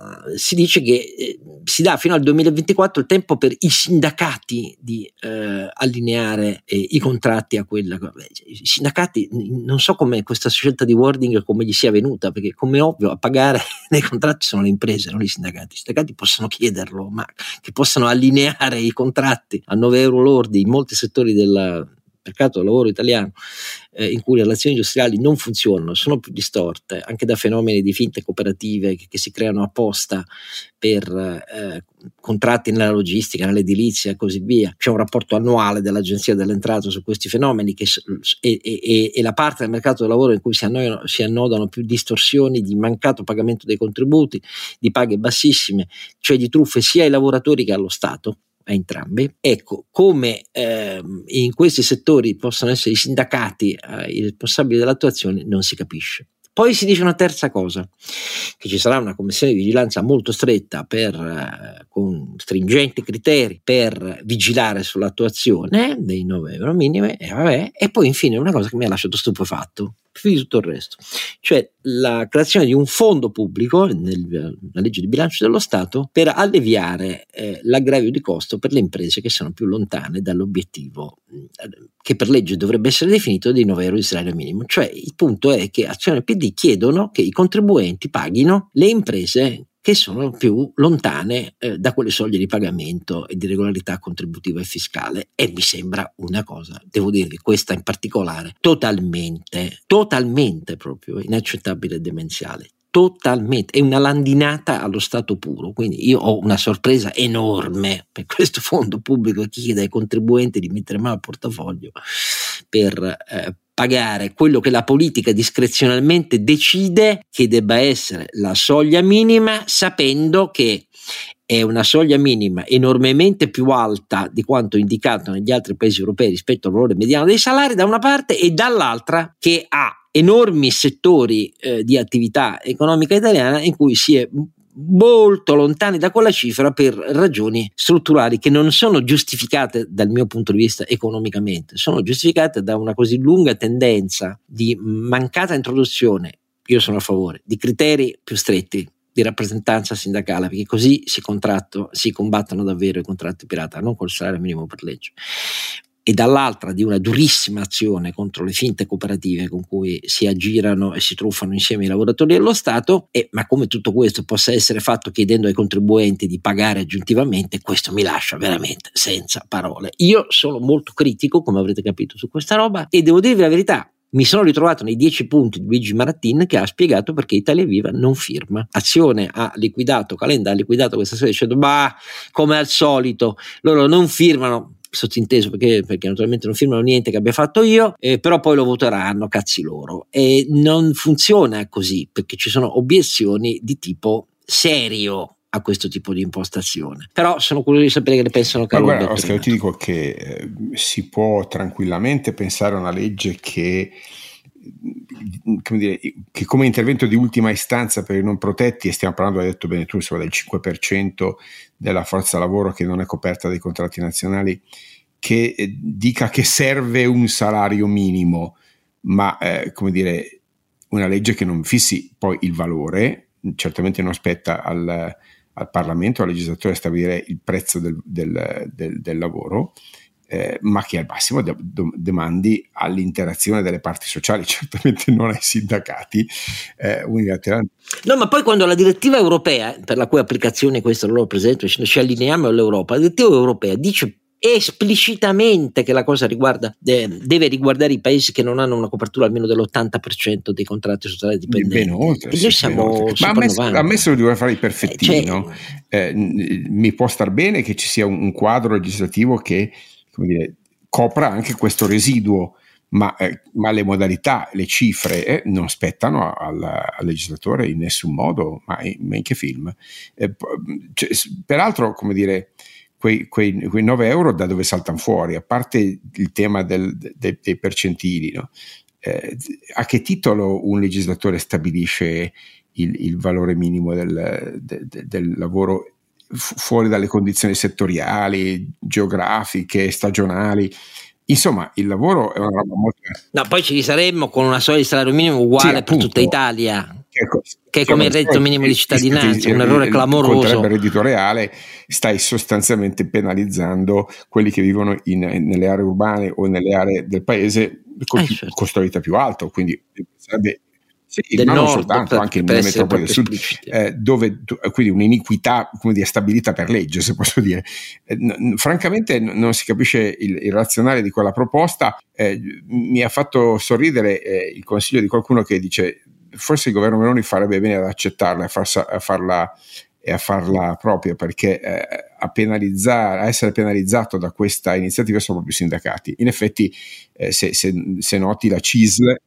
si dice che eh, si dà fino al duemilaventiquattro il tempo per i sindacati di eh, allineare eh, i contratti a quella. I sindacati, non so come questa scelta di wording come gli sia venuta, perché come ovvio a pagare nei contratti sono le imprese, non i sindacati. I sindacati possono chiederlo, ma che possano allineare i contratti a nove euro lordi in molti settori del mercato del lavoro italiano, eh, in cui le relazioni industriali non funzionano, sono più distorte anche da fenomeni di finte cooperative che, che si creano apposta per eh, contratti nella logistica, nell'edilizia e così via. C'è un rapporto annuale dell'Agenzia delle Entrate su questi fenomeni che è, è, è la parte del mercato del lavoro in cui si annodano, si annodano più distorsioni di mancato pagamento dei contributi, di paghe bassissime, cioè di truffe sia ai lavoratori che allo Stato, a entrambi. Ecco, come eh, in questi settori possono essere i sindacati eh, i responsabili dell'attuazione non si capisce. Poi si dice una terza cosa, che ci sarà una commissione di vigilanza molto stretta per, eh, con stringenti criteri per vigilare sull'attuazione dei nove euro minimi, e, vabbè, e poi infine una cosa che mi ha lasciato stupefatto più di tutto il resto, cioè la creazione di un fondo pubblico nella legge di bilancio dello Stato per alleviare eh, l'aggravio di costo per le imprese che sono più lontane dall'obiettivo eh, che per legge dovrebbe essere definito dei nove euro di salario minimo. Cioè il punto è che Azione e P D chiedono che i contribuenti paghino le imprese che sono più lontane eh, da quelle soglie di pagamento e di regolarità contributiva e fiscale, e mi sembra una cosa, devo dirvi questa in particolare, totalmente, totalmente proprio inaccettabile e demenziale. totalmente, è una landinata allo stato puro. Quindi io ho una sorpresa enorme per questo fondo pubblico che chiede ai contribuenti di mettere mano al portafoglio per eh, pagare quello che la politica discrezionalmente decide che debba essere la soglia minima, sapendo che è una soglia minima enormemente più alta di quanto indicato negli altri paesi europei rispetto al valore mediano dei salari da una parte, e dall'altra che ha enormi settori eh, di attività economica italiana in cui si è molto lontani da quella cifra per ragioni strutturali che non sono giustificate dal mio punto di vista economicamente, sono giustificate da una così lunga tendenza di mancata introduzione, io sono a favore, di criteri più stretti di rappresentanza sindacale, perché così si contratto, si combattono davvero i contratti pirata, non col salario minimo per legge, e dall'altra di una durissima azione contro le finte cooperative con cui si aggirano e si truffano insieme i lavoratori dello Stato. E, ma come tutto questo possa essere fatto chiedendo ai contribuenti di pagare aggiuntivamente, questo mi lascia veramente senza parole. Io sono molto critico, come avrete capito, su questa roba, e devo dirvi la verità, mi sono ritrovato nei dieci punti di Luigi Maratin che ha spiegato perché Italia Viva non firma. Azione ha liquidato, Calenda ha liquidato questa storia dicendo bah, come al solito loro non firmano, sottinteso perché, perché naturalmente non firmano niente che abbia fatto io, eh, però poi lo voteranno, cazzi loro. E non funziona così, perché ci sono obiezioni di tipo serio a questo tipo di impostazione. Però sono curioso di sapere che ne pensano Carlo. Ma guarda, Oscar, io ti dico che eh, si può tranquillamente pensare a una legge che, come dire, che come intervento di ultima istanza per i non protetti, e stiamo parlando, hai detto bene tu, insomma, del cinque per cento della forza lavoro che non è coperta dai contratti nazionali, che eh, dica che serve un salario minimo, ma eh, come dire, una legge che non fissi poi il valore. Certamente non spetta al al Parlamento, al legislatore, stabilire il prezzo del, del, del, del lavoro, eh, ma che al massimo de- de- demandi all'interazione delle parti sociali, certamente non ai sindacati eh, unilateralmente. No, ma poi quando la direttiva europea, per la cui applicazione questo loro presento, ci allineiamo all'Europa, la direttiva europea dice esplicitamente che la cosa riguarda eh, deve riguardare i paesi che non hanno una copertura almeno dell'ottanta per cento dei contratti sociali dipendenti. Ben oltre, e sì, noi siamo ma ammesso, ammesso che dobbiamo fare i perfettini, eh, cioè, no? eh, mi può star bene che ci sia un, un quadro legislativo che, come dire, copra anche questo residuo, ma, eh, ma le modalità, le cifre eh, non spettano al, al legislatore in nessun modo, ma in, ma in che film? Eh, cioè, peraltro, come dire, Quei, quei, quei nove euro da dove saltano fuori, a parte il tema del, dei, dei percentili, no? eh, a che titolo un legislatore stabilisce il, il valore minimo del, de, de, del lavoro fu- fuori dalle condizioni settoriali, geografiche, stagionali? Insomma, il lavoro è una roba molto... No, poi ci saremmo con una soglia di salario minimo uguale sì, per appunto, tutta Italia. Che, che è come il reddito minimo di cittadinanza, un errore clamoroso. Con il reddito reale stai sostanzialmente penalizzando quelli che vivono in, nelle aree urbane o nelle aree del paese con eh, certo. costo di vita più alto, quindi sarebbe sì, ma non nord, soltanto, anche nelle metropoli del sud, eh, dove quindi un'iniquità, come dire, stabilita per legge, se posso dire. Eh, n- francamente n- non si capisce il, il razionale di quella proposta. Eh, mi ha fatto sorridere eh, il consiglio di qualcuno che dice forse il governo Meloni farebbe bene ad accettarla e a, a farla e a farla propria, perché eh, a penalizzare, a essere penalizzato da questa iniziativa sono proprio i sindacati. In effetti, eh, se, se, se noti la C I S L,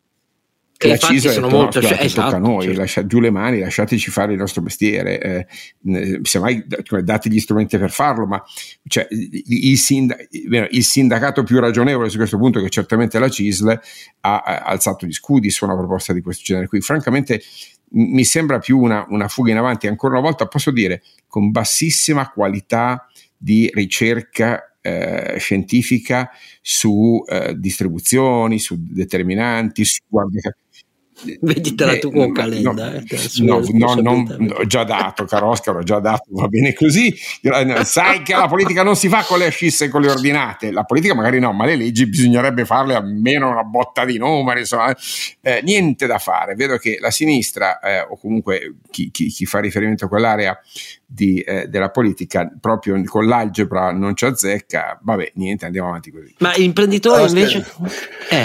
che la C I S L sono detto, molto no, scusate, esatto, tocca a noi, certo. lascia giù le mani, lasciateci fare il nostro mestiere, eh, semmai date gli strumenti per farlo, ma cioè, il, sindac- il sindacato più ragionevole su questo punto, che certamente la C I S L, ha, ha alzato gli scudi su una proposta di questo genere qui. Francamente mi sembra più una, una fuga in avanti, ancora una volta posso dire, con bassissima qualità di ricerca Eh, scientifica su eh, distribuzioni, su determinanti, su guarda, veditela tu con Calenda, no, eh, no, no, non, ho già dato, caro Oscar, ho già dato, va bene così. Sai che la politica non si fa con le ascisse e con le ordinate, la politica magari no, ma le leggi bisognerebbe farle almeno una botta di numeri, insomma, eh, niente da fare. Vedo che la sinistra eh, o comunque chi, chi, chi fa riferimento a quell'area di, eh, della politica proprio con l'algebra non ci azzecca. Vabbè, niente, andiamo avanti così. Ma l'imprenditore invece eh.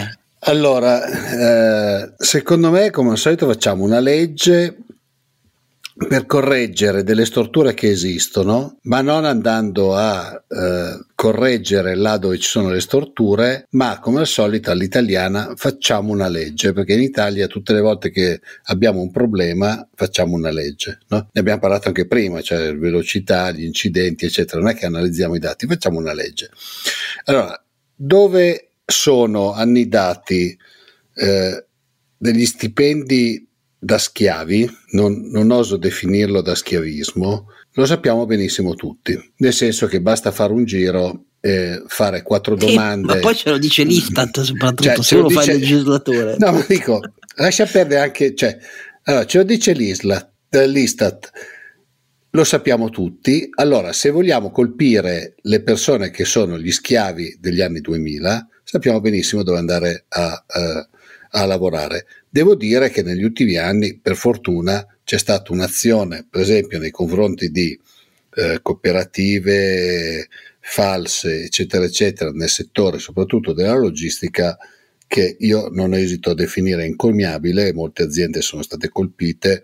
Allora, eh, secondo me, come al solito, facciamo una legge per correggere delle storture che esistono, ma non andando a eh, correggere là dove ci sono le storture, ma come al solito all'italiana facciamo una legge, perché in Italia tutte le volte che abbiamo un problema facciamo una legge, no? Ne abbiamo parlato anche prima, cioè velocità, gli incidenti eccetera, non è che analizziamo i dati, facciamo una legge. Allora, dove sono annidati eh, degli stipendi da schiavi, non, non oso definirlo da schiavismo, lo sappiamo benissimo tutti, nel senso che basta fare un giro e fare quattro domande. Ma poi ce lo dice l'Istat soprattutto, cioè, se lo, lo dice, fa il legislatore. No, ma dico, lascia perdere anche, cioè, allora, ce lo dice l'Istat, l'Istat, lo sappiamo tutti. Allora, se vogliamo colpire le persone che sono gli schiavi degli anni duemila, sappiamo benissimo dove andare a, a, a lavorare. Devo dire che negli ultimi anni, per fortuna, c'è stata un'azione, per esempio, nei confronti di eh, cooperative false, eccetera, eccetera, nel settore soprattutto della logistica, che io non esito a definire incommiabile. Molte aziende sono state colpite,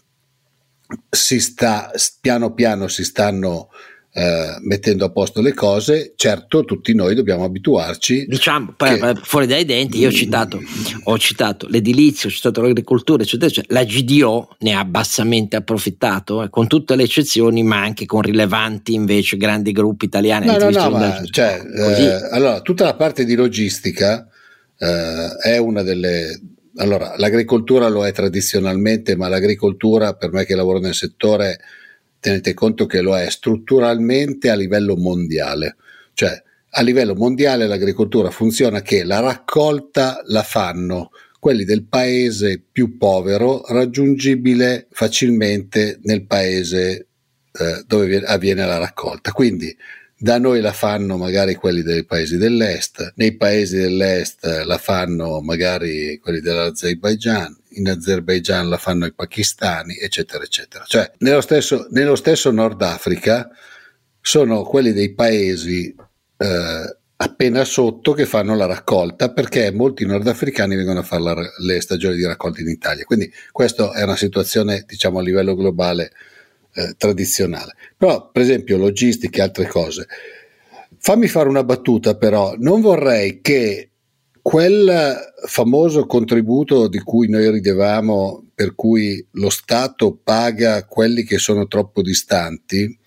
si sta, piano piano si stanno Uh, mettendo a posto le cose. Certo, tutti noi dobbiamo abituarci, diciamo, che... fuori dai denti. Io ho citato ho citato l'edilizia, ho citato l'agricoltura eccetera, cioè, la G D O ne ha bassamente approfittato, eh, con tutte le eccezioni, ma anche con rilevanti invece grandi gruppi italiani. No, no, no, ma cioè, eh, allora, tutta la parte di logistica eh, è una delle... Allora, l'agricoltura lo è tradizionalmente, ma l'agricoltura, per me che lavoro nel settore, tenete conto che lo è strutturalmente a livello mondiale, cioè a livello mondiale l'agricoltura funziona che la raccolta la fanno quelli del paese più povero, raggiungibile facilmente nel paese eh, dove avviene la raccolta. Quindi da noi la fanno magari quelli dei paesi dell'est, nei paesi dell'est la fanno magari quelli dell'Azerbaigian, in Azerbaigian la fanno i pakistani, eccetera, eccetera. Cioè, nello stesso, nello stesso Nord Africa sono quelli dei paesi eh, appena sotto che fanno la raccolta, perché molti nordafricani vengono a fare la, le stagioni di raccolta in Italia. Quindi questa è una situazione, diciamo, a livello globale eh, tradizionale. Però, per esempio, logistica e altre cose. Fammi fare una battuta, però. Non vorrei che quel famoso contributo di cui noi ridevamo, per cui lo Stato paga quelli che sono troppo distanti,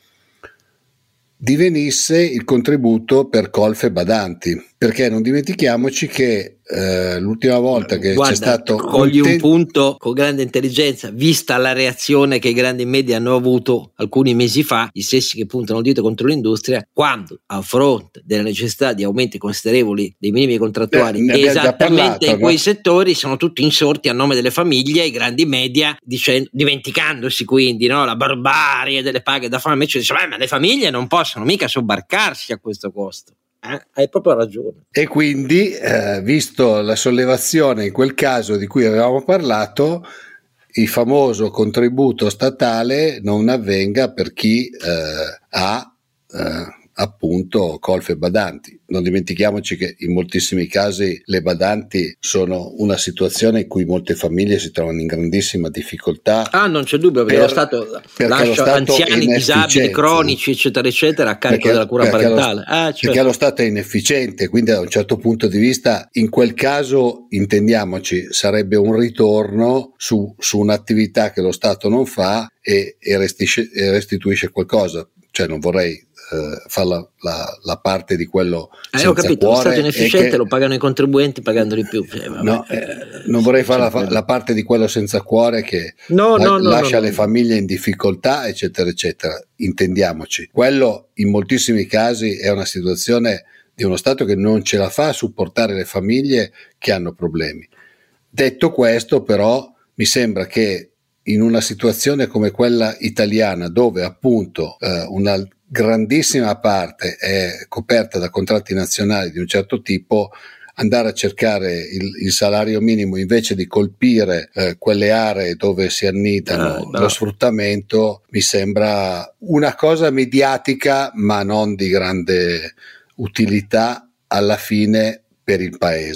divenisse il contributo per colf e badanti, perché non dimentichiamoci che eh, l'ultima volta che Guarda, c'è stato cogli un, te- un punto con grande intelligenza, vista la reazione che i grandi media hanno avuto alcuni mesi fa, gli stessi che puntano il dito contro l'industria, quando a fronte della necessità di aumenti considerevoli dei minimi contrattuali eh, esattamente parlato, in quei no? settori, sono tutti insorti a nome delle famiglie, i grandi media, dicendo, dimenticandosi quindi, no, la barbarie delle paghe da fame, cioè, dice, ma le famiglie non possono mica sobbarcarsi a questo costo. Eh, hai proprio ragione. E quindi, eh, visto la sollevazione in quel caso di cui avevamo parlato, il famoso contributo statale non avvenga per chi eh, ha eh, appunto colf e badanti. Non dimentichiamoci che in moltissimi casi le badanti sono una situazione in cui molte famiglie si trovano in grandissima difficoltà. Ah, non c'è dubbio, perché per, lo Stato lascia lo Stato anziani, disabili, cronici, eccetera, eccetera, a carico perché, della cura parentale. Lo, ah, certo. Perché lo Stato è inefficiente, quindi da un certo punto di vista, in quel caso, intendiamoci, sarebbe un ritorno su, su un'attività che lo Stato non fa e, e, restituisce, e restituisce qualcosa. Cioè, non vorrei Uh, fare la, la, la parte di quello eh, senza ho capito, cuore, lo Stato inefficiente che, lo pagano i contribuenti pagando di più, cioè, vabbè, no, eh, non vorrei fare la, la parte di quello senza cuore che no, la, no, no, lascia no, le no. famiglie in difficoltà, eccetera eccetera. Intendiamoci, quello in moltissimi casi è una situazione di uno Stato che non ce la fa a supportare le famiglie che hanno problemi. Detto questo, però, mi sembra che in una situazione come quella italiana, dove appunto eh, una grandissima parte è coperta da contratti nazionali di un certo tipo, andare a cercare il, il salario minimo invece di colpire eh, quelle aree dove si annidano no, no. lo sfruttamento mi sembra una cosa mediatica, ma non di grande utilità alla fine per il paese.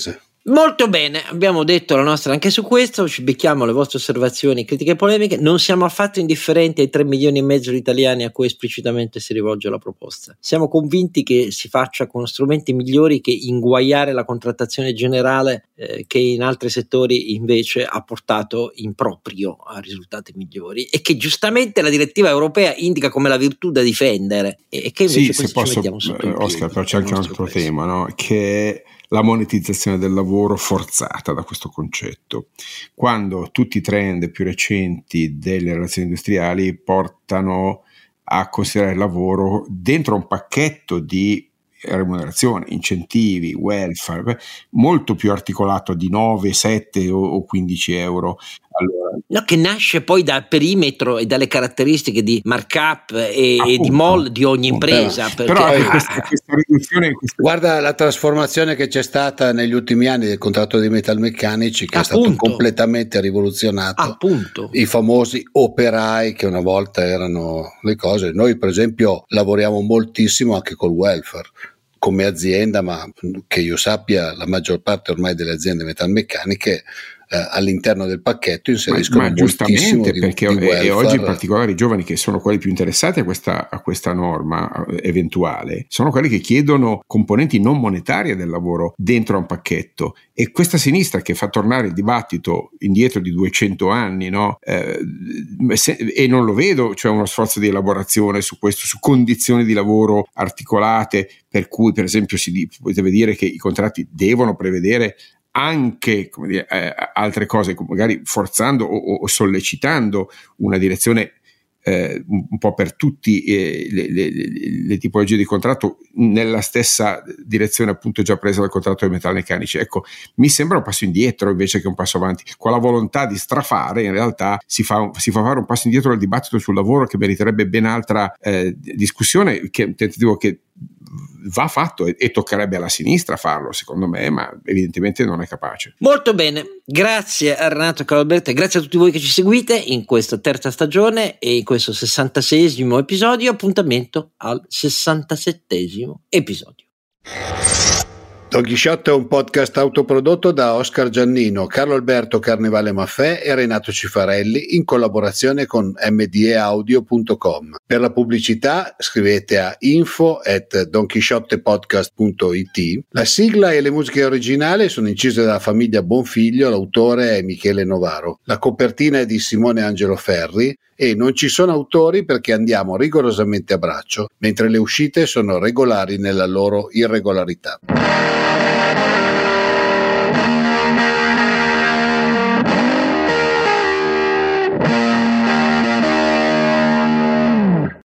Molto bene, abbiamo detto la nostra anche su questo, ci becchiamo le vostre osservazioni, critiche e polemiche, non siamo affatto indifferenti ai tre milioni e mezzo di italiani a cui esplicitamente si rivolge la proposta. Siamo convinti che si faccia con strumenti migliori che inguaiare la contrattazione generale eh, che in altri settori invece ha portato in proprio a risultati migliori e che giustamente la direttiva europea indica come la virtù da difendere e che invece sì, se posso, ci mettiamo sotto i Oscar, piedi però c'è anche un altro paese. tema, no? Che è la monetizzazione del lavoro forzata da questo concetto, quando tutti i trend più recenti delle relazioni industriali portano a considerare il lavoro dentro un pacchetto di remunerazione, incentivi, welfare, molto più articolato di nove, sette o quindici euro. Allora, no, che nasce poi dal perimetro e dalle caratteristiche di markup e, appunto, e di moll di ogni impresa. Però, però perché, questa, questa riduzione questa... Guarda la trasformazione che c'è stata negli ultimi anni del contratto dei metalmeccanici, che appunto, è stato completamente rivoluzionato. Appunto. I famosi operai che una volta erano le cose. Noi per esempio lavoriamo moltissimo anche col welfare come azienda, ma che io sappia la maggior parte ormai delle aziende metalmeccaniche eh, all'interno del pacchetto inseriscono ma, ma moltissimo giustamente di, perché di welfare. E oggi in particolare i giovani, che sono quelli più interessati a questa, a questa norma eventuale, sono quelli che chiedono componenti non monetarie del lavoro dentro a un pacchetto, e questa sinistra che fa tornare il dibattito indietro di duecento anni, no? eh, se, e non lo vedo, cioè uno sforzo di elaborazione su questo, su condizioni di lavoro articolate, per cui per esempio si deve dire che i contratti devono prevedere anche, come dire, eh, altre cose, magari forzando o, o sollecitando una direzione eh, un, un po' per tutti eh, le, le, le tipologie di contratto nella stessa direzione appunto già presa dal contratto dei metalmeccanici. Ecco, mi sembra un passo indietro invece che un passo avanti. Con la volontà di strafare in realtà si fa, si fa fare un passo indietro al dibattito sul lavoro che meriterebbe ben altra eh, discussione, che è un tentativo che va fatto e, e toccherebbe alla sinistra farlo, secondo me, ma evidentemente non è capace. Molto bene, grazie a Renato Cavalberto e grazie a tutti voi che ci seguite in questa terza stagione e in questo sessantaseiesimo episodio. Appuntamento al sessantasettesimo episodio. Don Chisciotte è un podcast autoprodotto da Oscar Giannino, Carlo Alberto Carnevale Maffè e Renato Cifarelli in collaborazione con m d e audio punto com. Per la pubblicità scrivete a info at donchisciottepodcast punto it. La sigla e le musiche originali sono incise dalla famiglia Bonfiglio, l'autore è Michele Novaro. La copertina è di Simone Angelo Ferri e non ci sono autori perché andiamo rigorosamente a braccio, mentre le uscite sono regolari nella loro irregolarità.